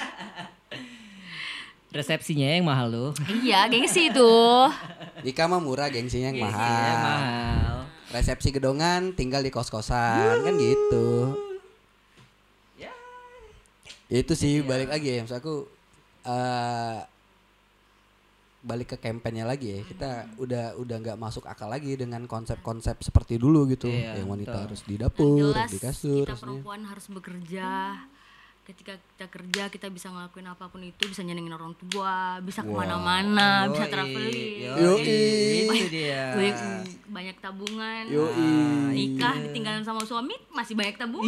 Resepsinya yang mahal loh. Iya, gengsi itu. Nikah mah murah, gengsinya yang mahal. Iya, mahal. Resepsi gedongan tinggal di kos-kosan kan gitu. Ya itu sih balik lagi ya, maksud aku eh balik ke kampanye lagi ya. Kita udah udah nggak masuk akal lagi dengan konsep-konsep seperti dulu gitu. Iya, Yang wanita betul. harus di Yang dapur, jelas di kasur. kita harusnya. perempuan harus bekerja. Ketika kita kerja kita bisa ngelakuin apapun itu, bisa nyenengin orang tua, bisa kemana-mana, bisa Yoi, traveling, Yoi. Itu dia. banyak, banyak tabungan, Yoi. nikah ditinggalin sama suami masih banyak tabungan.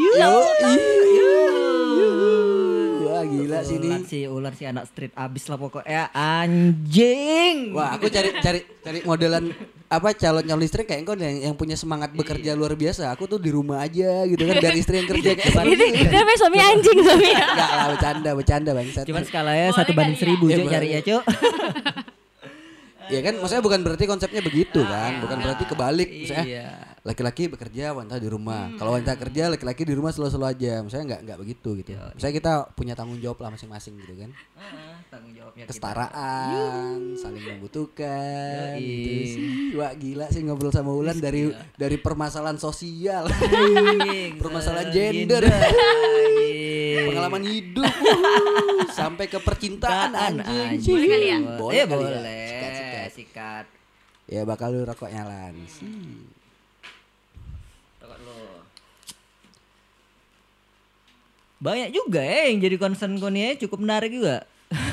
Wah gila sih Ular ini. si ular si anak street abis lah pokoknya anjing. Wah aku cari cari cari modelan apa calon-calon istri kayak engkau yang, yang punya semangat bekerja luar biasa. Aku tuh di rumah aja gitu kan, biar istri yang kerja kayak Ini namanya suami anjing suami. Enggak lah, bercanda bercanda bangsat. Cuman skalanya Boleh satu banding kali ya? seribu Ya, Cuk, boleh. cari ya Cuk. Ya kan, maksudnya bukan berarti konsepnya begitu kan, bukan berarti kebalik. Misalnya Iya. laki-laki bekerja, wanita di rumah. Kalau wanita kerja, laki-laki di rumah selalu-selalu aja. Misalnya nggak nggak begitu gitu. Misalnya kita punya tanggung jawab lah masing-masing gitu kan. Heeh, tanggung jawabnya kita. Kesetaraan, saling membutuhkan. Yoi. Gitu sih. Wah gila sih ngobrol sama Ulan dari dari permasalahan sosial, Anjing, permasalahan se- gender, Anjing. pengalaman hidup, wuh, sampai ke percintaan Taan, anjing. Boleh kali ya? Boleh Eh, kali ya. boleh. Sikat, sikat. Sikat. Ya bakal lu rokoknya Lan. Sih. Rokok lu. Banyak juga ya yang jadi concern Konia, cukup menarik juga.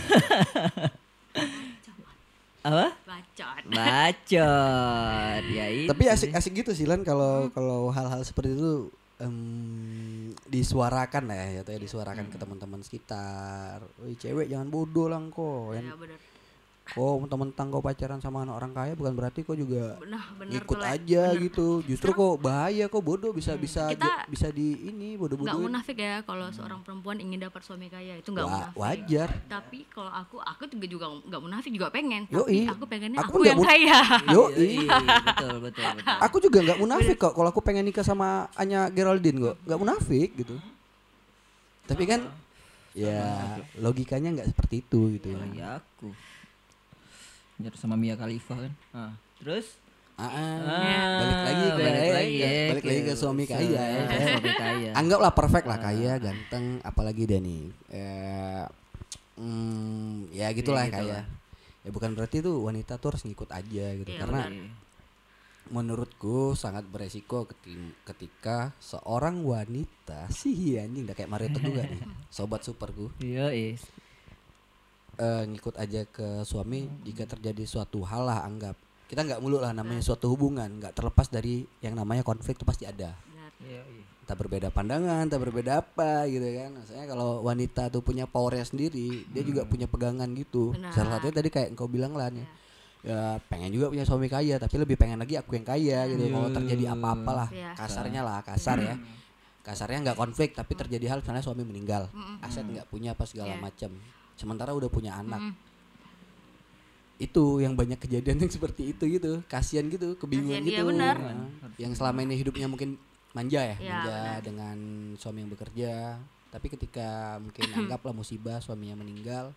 Apa? Bacot. Bacot. Ya itu. Tapi asik-asik gitu sih Lan kalau kalau hal-hal seperti itu em, disuarakan lah ya, atau ya disuarakan ke teman-teman sekitar. Woi cewek jangan bodoh lah kok. Ya Yang benar. kok mentang-mentang kau pacaran sama anak orang kaya bukan berarti kau juga Benar, benar ngikut tuh, Le. aja Benar. gitu. Justru kok bahaya, kok bodoh bisa bisa Kita bisa di ini Nggak bodoh-bodohin. munafik ya kalau seorang perempuan ingin dapat suami kaya itu nggak Wa- munafik. wajar. Tapi kalau aku, aku juga juga nggak munafik juga pengen. Yoi. Tapi aku pengennya Aku aku, nggak yang mun- kaya. Yo, Iya, betul, betul, betul. aku juga nggak munafik kok kalau aku pengen nikah sama Anya Geraldine kok, nggak munafik gitu. Tapi kan ya logikanya nggak seperti itu gitu. Ya aku. Nyari sama Mia Khalifa kan. Ah, terus Ah, ah. Ah, balik lagi ke balik eh, lagi ke- ya, balik lagi ke suami se- kaya ya. ke suami kaya. Anggaplah perfect lah, kaya, ganteng, apalagi dia nih. Eh, hmm, ya gitulah gitu kaya. lah. Ya bukan berarti tuh wanita tuh harus ngikut aja gitu, Iya, karena Iya. menurutku sangat beresiko keti- ketika seorang wanita sih anjing udah kayak Mario juga nih, sobat superku. Iya, is. Eh, ngikut aja ke suami jika terjadi suatu hal lah, anggap kita nggak mulu lah namanya suatu hubungan, nggak terlepas dari yang namanya konflik itu pasti ada. Benar. Iya, iya. Entah berbeda pandangan, entah berbeda apa gitu kan. Maksudnya kalau wanita tuh punya powernya sendiri, dia juga punya pegangan gitu. Benar. Salah satunya tadi kayak engkau bilang lah nih. Ya pengen juga punya suami kaya, tapi lebih pengen lagi aku yang kaya gitu. Kalau terjadi apa-apa lah, Iya. kasarnya lah, kasar ya. Kasarnya nggak konflik, tapi terjadi hal misalnya suami meninggal, aset nggak punya apa segala Iya. macam. Sementara udah punya anak. Itu yang banyak kejadian yang seperti itu gitu. Kasihan gitu, kebingungan Kasihan, iya gitu. benar. Nah, yang selama ini hidupnya mungkin manja ya, Iya, manja benar. dengan suami yang bekerja. Tapi ketika mungkin anggaplah musibah suaminya meninggal,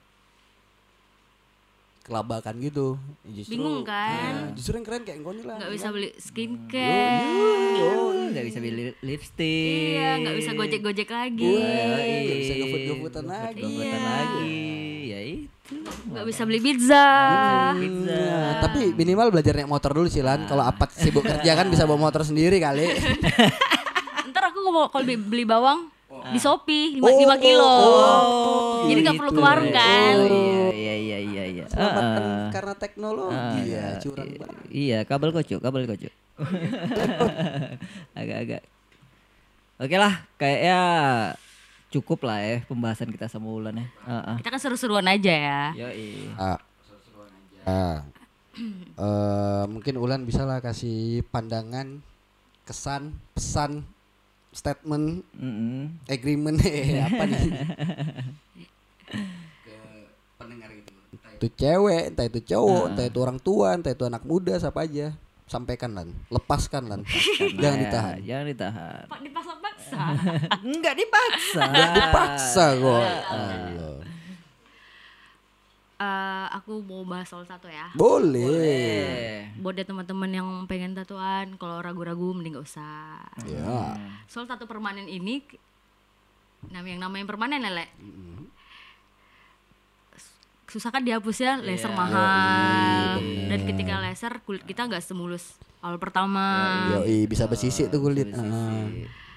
kelabakan gitu. Ya justru, Bingung kan? ah, justru yang keren kayak engkau nih lah. Nggak bisa bilang, beli skincare. Oh, nggak bisa beli li- lipstick. Iya, nggak bisa gojek-gojek lagi. "Wah, nggak bisa goput-goputan lagi. Goput-goputan Iya. lagi. Ya itu. Nggak bisa beli pizza. Pizza. Nah, tapi minimal belajar naik motor dulu sih Lan. Kalau Apat sibuk kerja kan bisa bawa motor sendiri kali. Ntar aku mau kalau beli, beli bawang di Shopee lima kilo. Jadi nggak perlu gitu. ke warung kan. Oh, iya, iya, iya, iya. Selamatkan Ah, ah. karena teknologi Ah, ya, curang i- banget. Iya, kabel kocok, kabel kocok. Agak-agak. Oke lah, kayaknya cukup lah ya pembahasan kita sama Ulan ya. Heeh. Kita kan seru-seruan aja ya. Yoi. Ah. Ah. Eh, mungkin Ulan bisa lah kasih pandangan, kesan, pesan, statement, Mm-mm. agreement eh, apa nih? Ke pendengar itu. Entah itu cewek, entah itu cowok, entah itu orang tua, entah itu anak muda, siapa aja. Sampaikan Lan, lepaskan Lan. Jangan Ya, ditahan. Jangan ditahan. Pak dipaksa-paksa. Enggak dipaksa. Enggak dipaksa kok. Allah. Eh, aku mau bahas soal tato ya. Boleh. Eh. Buat deh teman-teman yang pengen tatuan, kalau ragu-ragu mending gak usah. Ya. Soal tato permanen ini, nama yang namanya permanen lele. Susah kan dihapusnya, laser Iya. mahal. Yoi, Dan ketika laser kulit kita nggak semulus awal pertama. Yoi, bisa bersisik tuh kulit. Ah.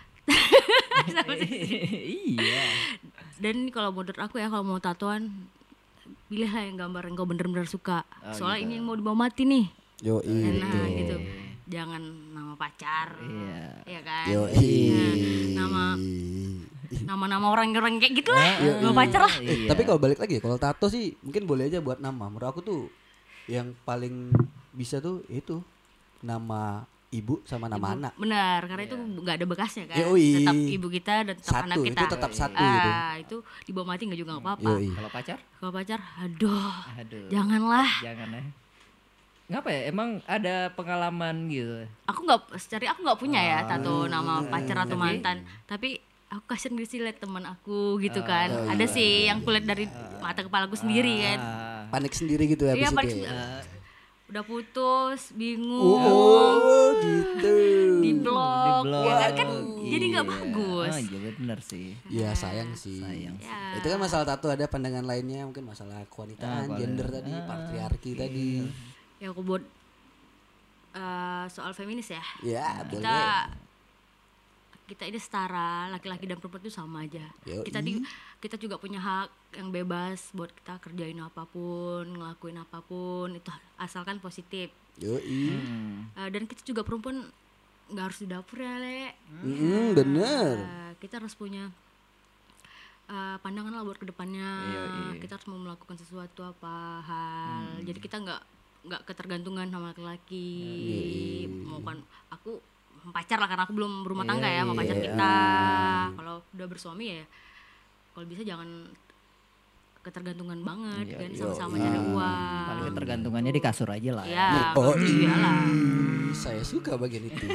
Iya. Dan kalau menurut aku ya kalau mau tatoan, pilihlah yang gambar yang kau bener-bener suka. Oh, Soalnya gitu. ini yang mau dibawa mati nih. Yoi. Nah gitu. Jangan nama pacar. Iya. Iya kan? Yoi. Nah, nama nama-nama orang-orang kayak gitu lah. Nama pacar lah. Eh, tapi kalau balik lagi ya, kalau tato sih mungkin boleh aja buat nama. Menurut aku tuh yang paling bisa tuh itu nama ibu sama nama anak. Benar, karena itu nggak ada bekasnya kan. Yoi. Tetap ibu kita dan tetap Satu, anak kita. itu tetap satu ah, gitu. itu dibawa mati nggak juga nggak apa-apa. Yoi. Kalau pacar? Kalau pacar, aduh, Aduh. janganlah. Jangan ya. ngapa ya? Emang ada pengalaman gitu? Aku nggak, secara aku nggak punya ya tato nama Hmm. pacar atau mantan, tapi aku kasihan gitu sih liat teman aku gitu kan. Ada sih yang kulihat dari mata kepalaku sendiri kan. Ah. Panik sendiri gitu ya Iya, habis panik itu. sendiri. Ya? Udah putus, bingung, Oh, gitu. di blok, Di-blok. ya kan, kan jadi nggak Iya. bagus. Oh, iya bener sih. Ya sayang sih. Sayang. Ya. Itu kan masalah tato, ada pandangan lainnya mungkin masalah kewanitaan, Ah, gender kualitas. tadi, Ah, patriarki tadi. Ya aku buat eh, soal feminis ya. Ya, Kita boleh. kita ini setara, laki-laki dan perempuan itu sama aja. Yoi. Kita di, kita juga punya hak yang bebas buat kita kerjain apapun, ngelakuin apapun, itu asalkan positif. Yoi. Hmm. Eh, dan kita juga perempuan nggak harus di dapur ya, Le. Mm, bener. Eh, kita harus punya eh, pandangan lah buat kedepannya. Iya, Kita harus mau melakukan sesuatu apa hal. Jadi kita nggak nggak ketergantungan sama laki-laki. Mau kan aku pacar lah, karena aku belum berumah tangga ya sama pacar kita. Kalau udah bersuami ya, kalau bisa jangan ketergantungan banget kan, sama-sama cari uang. Paling ketergantungannya di kasur aja lah. Ya, Oh, iyalah. ih, saya suka bagian itu.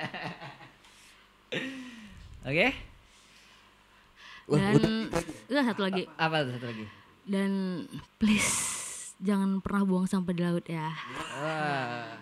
Oke. Wah, Dan enggak, satu lagi. Apa tuh satu lagi? Dan please jangan pernah buang sampah di laut ya. Wah.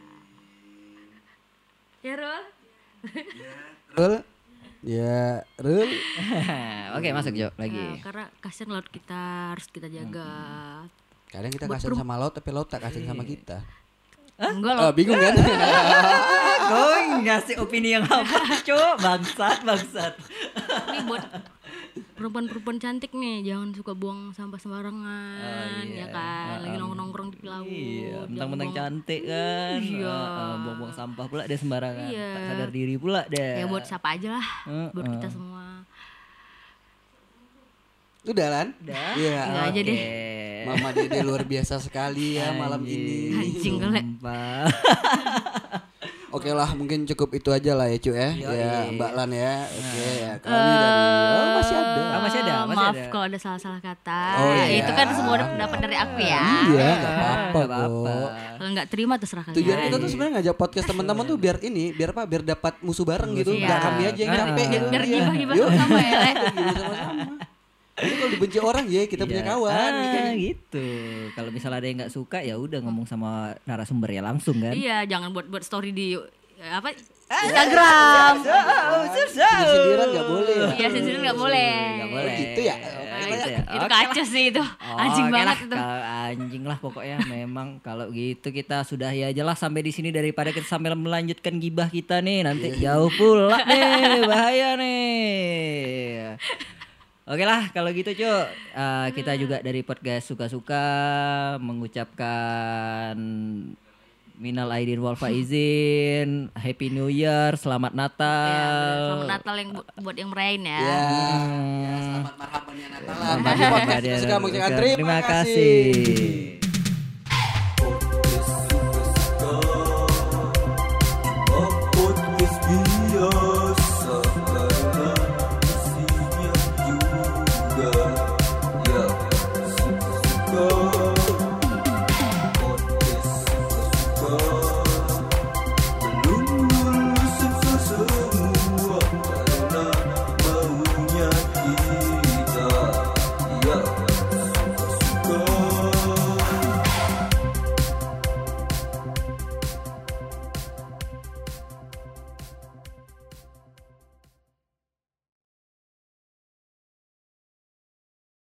Ya, Rul. Rul. Ya, Rul. Oke, masuk Jo lagi. Ya, karena kasihan laut kita, harus kita jaga. Kadang kita kasihan sama laut, tapi laut tak kasihan sama kita. Enggak Oh, loh. bingung kan? Kau ngasih opini yang apa, Cuk? Bangsat, bangsat. Ini buat perempuan-perempuan cantik nih, jangan suka buang sampah sembarangan, ya kan. Lagi nongkrong-nongkrong di laut. Iya, jangan mentang-mentang buang- cantik kan. Iya. Heeh, buang-buang sampah pula dia sembarangan. Iya. Tak sadar diri pula deh. Ya buat siapa aja lah, Heeh. buat kita semua. Udah Lan? Udah? Iya. Enggak aja deh. Mama Dede luar biasa sekali ya malam ini. Anjing kali. Sumpah. Oke lah, mungkin cukup itu aja lah ya cu ya. Yoi. Ya Mbak Lan ya. Oke ya. Kami dari oh masih ada. Ah, masih ada, Eh, masih Maaf ada. kalau ada salah-salah kata. Oh, iya. Itu kan semua dapat dari aku ya. Iya, enggak apa-apa Nggak apa-apa. kok. Kalau nggak terima terserah kalian. Tujuan kita tuh sebenarnya ngajak podcast teman-teman tuh biar ini, biar apa? Biar dapat musuh bareng gitu. Iya. Enggak kami aja yang Ah, capek ah, gitu. biar Iya. gibah-gibah Yuk. sama ya. Le. Gibah sama-sama. Jadi kalau dibenci orang ya kita punya Iya. kawan gitu. Ah, gitu. Kalau misalnya ada yang nggak suka ya udah ngomong sama narasumber ya langsung kan. Iya, jangan buat buat story di eh, apa Instagram. Oh, susah. Sindiran enggak boleh. Iya, sendiri nggak boleh. Nggak boleh. Oh, gitu ya? Nah, Gitu itu, ya? itu Oke kacau sih itu. Oh, Anjing oke banget lah. itu. Kalau anjing lah pokoknya memang kalau gitu kita sudah ya aja lah sampai di sini daripada kita sambil melanjutkan gibah kita nih nanti jauh pula nih bahaya nih. Oke lah kalau gitu cu uh, kita juga dari podcast suka-suka mengucapkan minal aidin wal faizin, Happy New Year, Selamat Ya, Natal. selamat Natal yang bu- buat yang merayain ya. Ya. Hmm. Ya, selamat marhaban ya Natalan. Selamat Tapi podcast Natal. suka mengucapkan terima Terima kasih. kasih.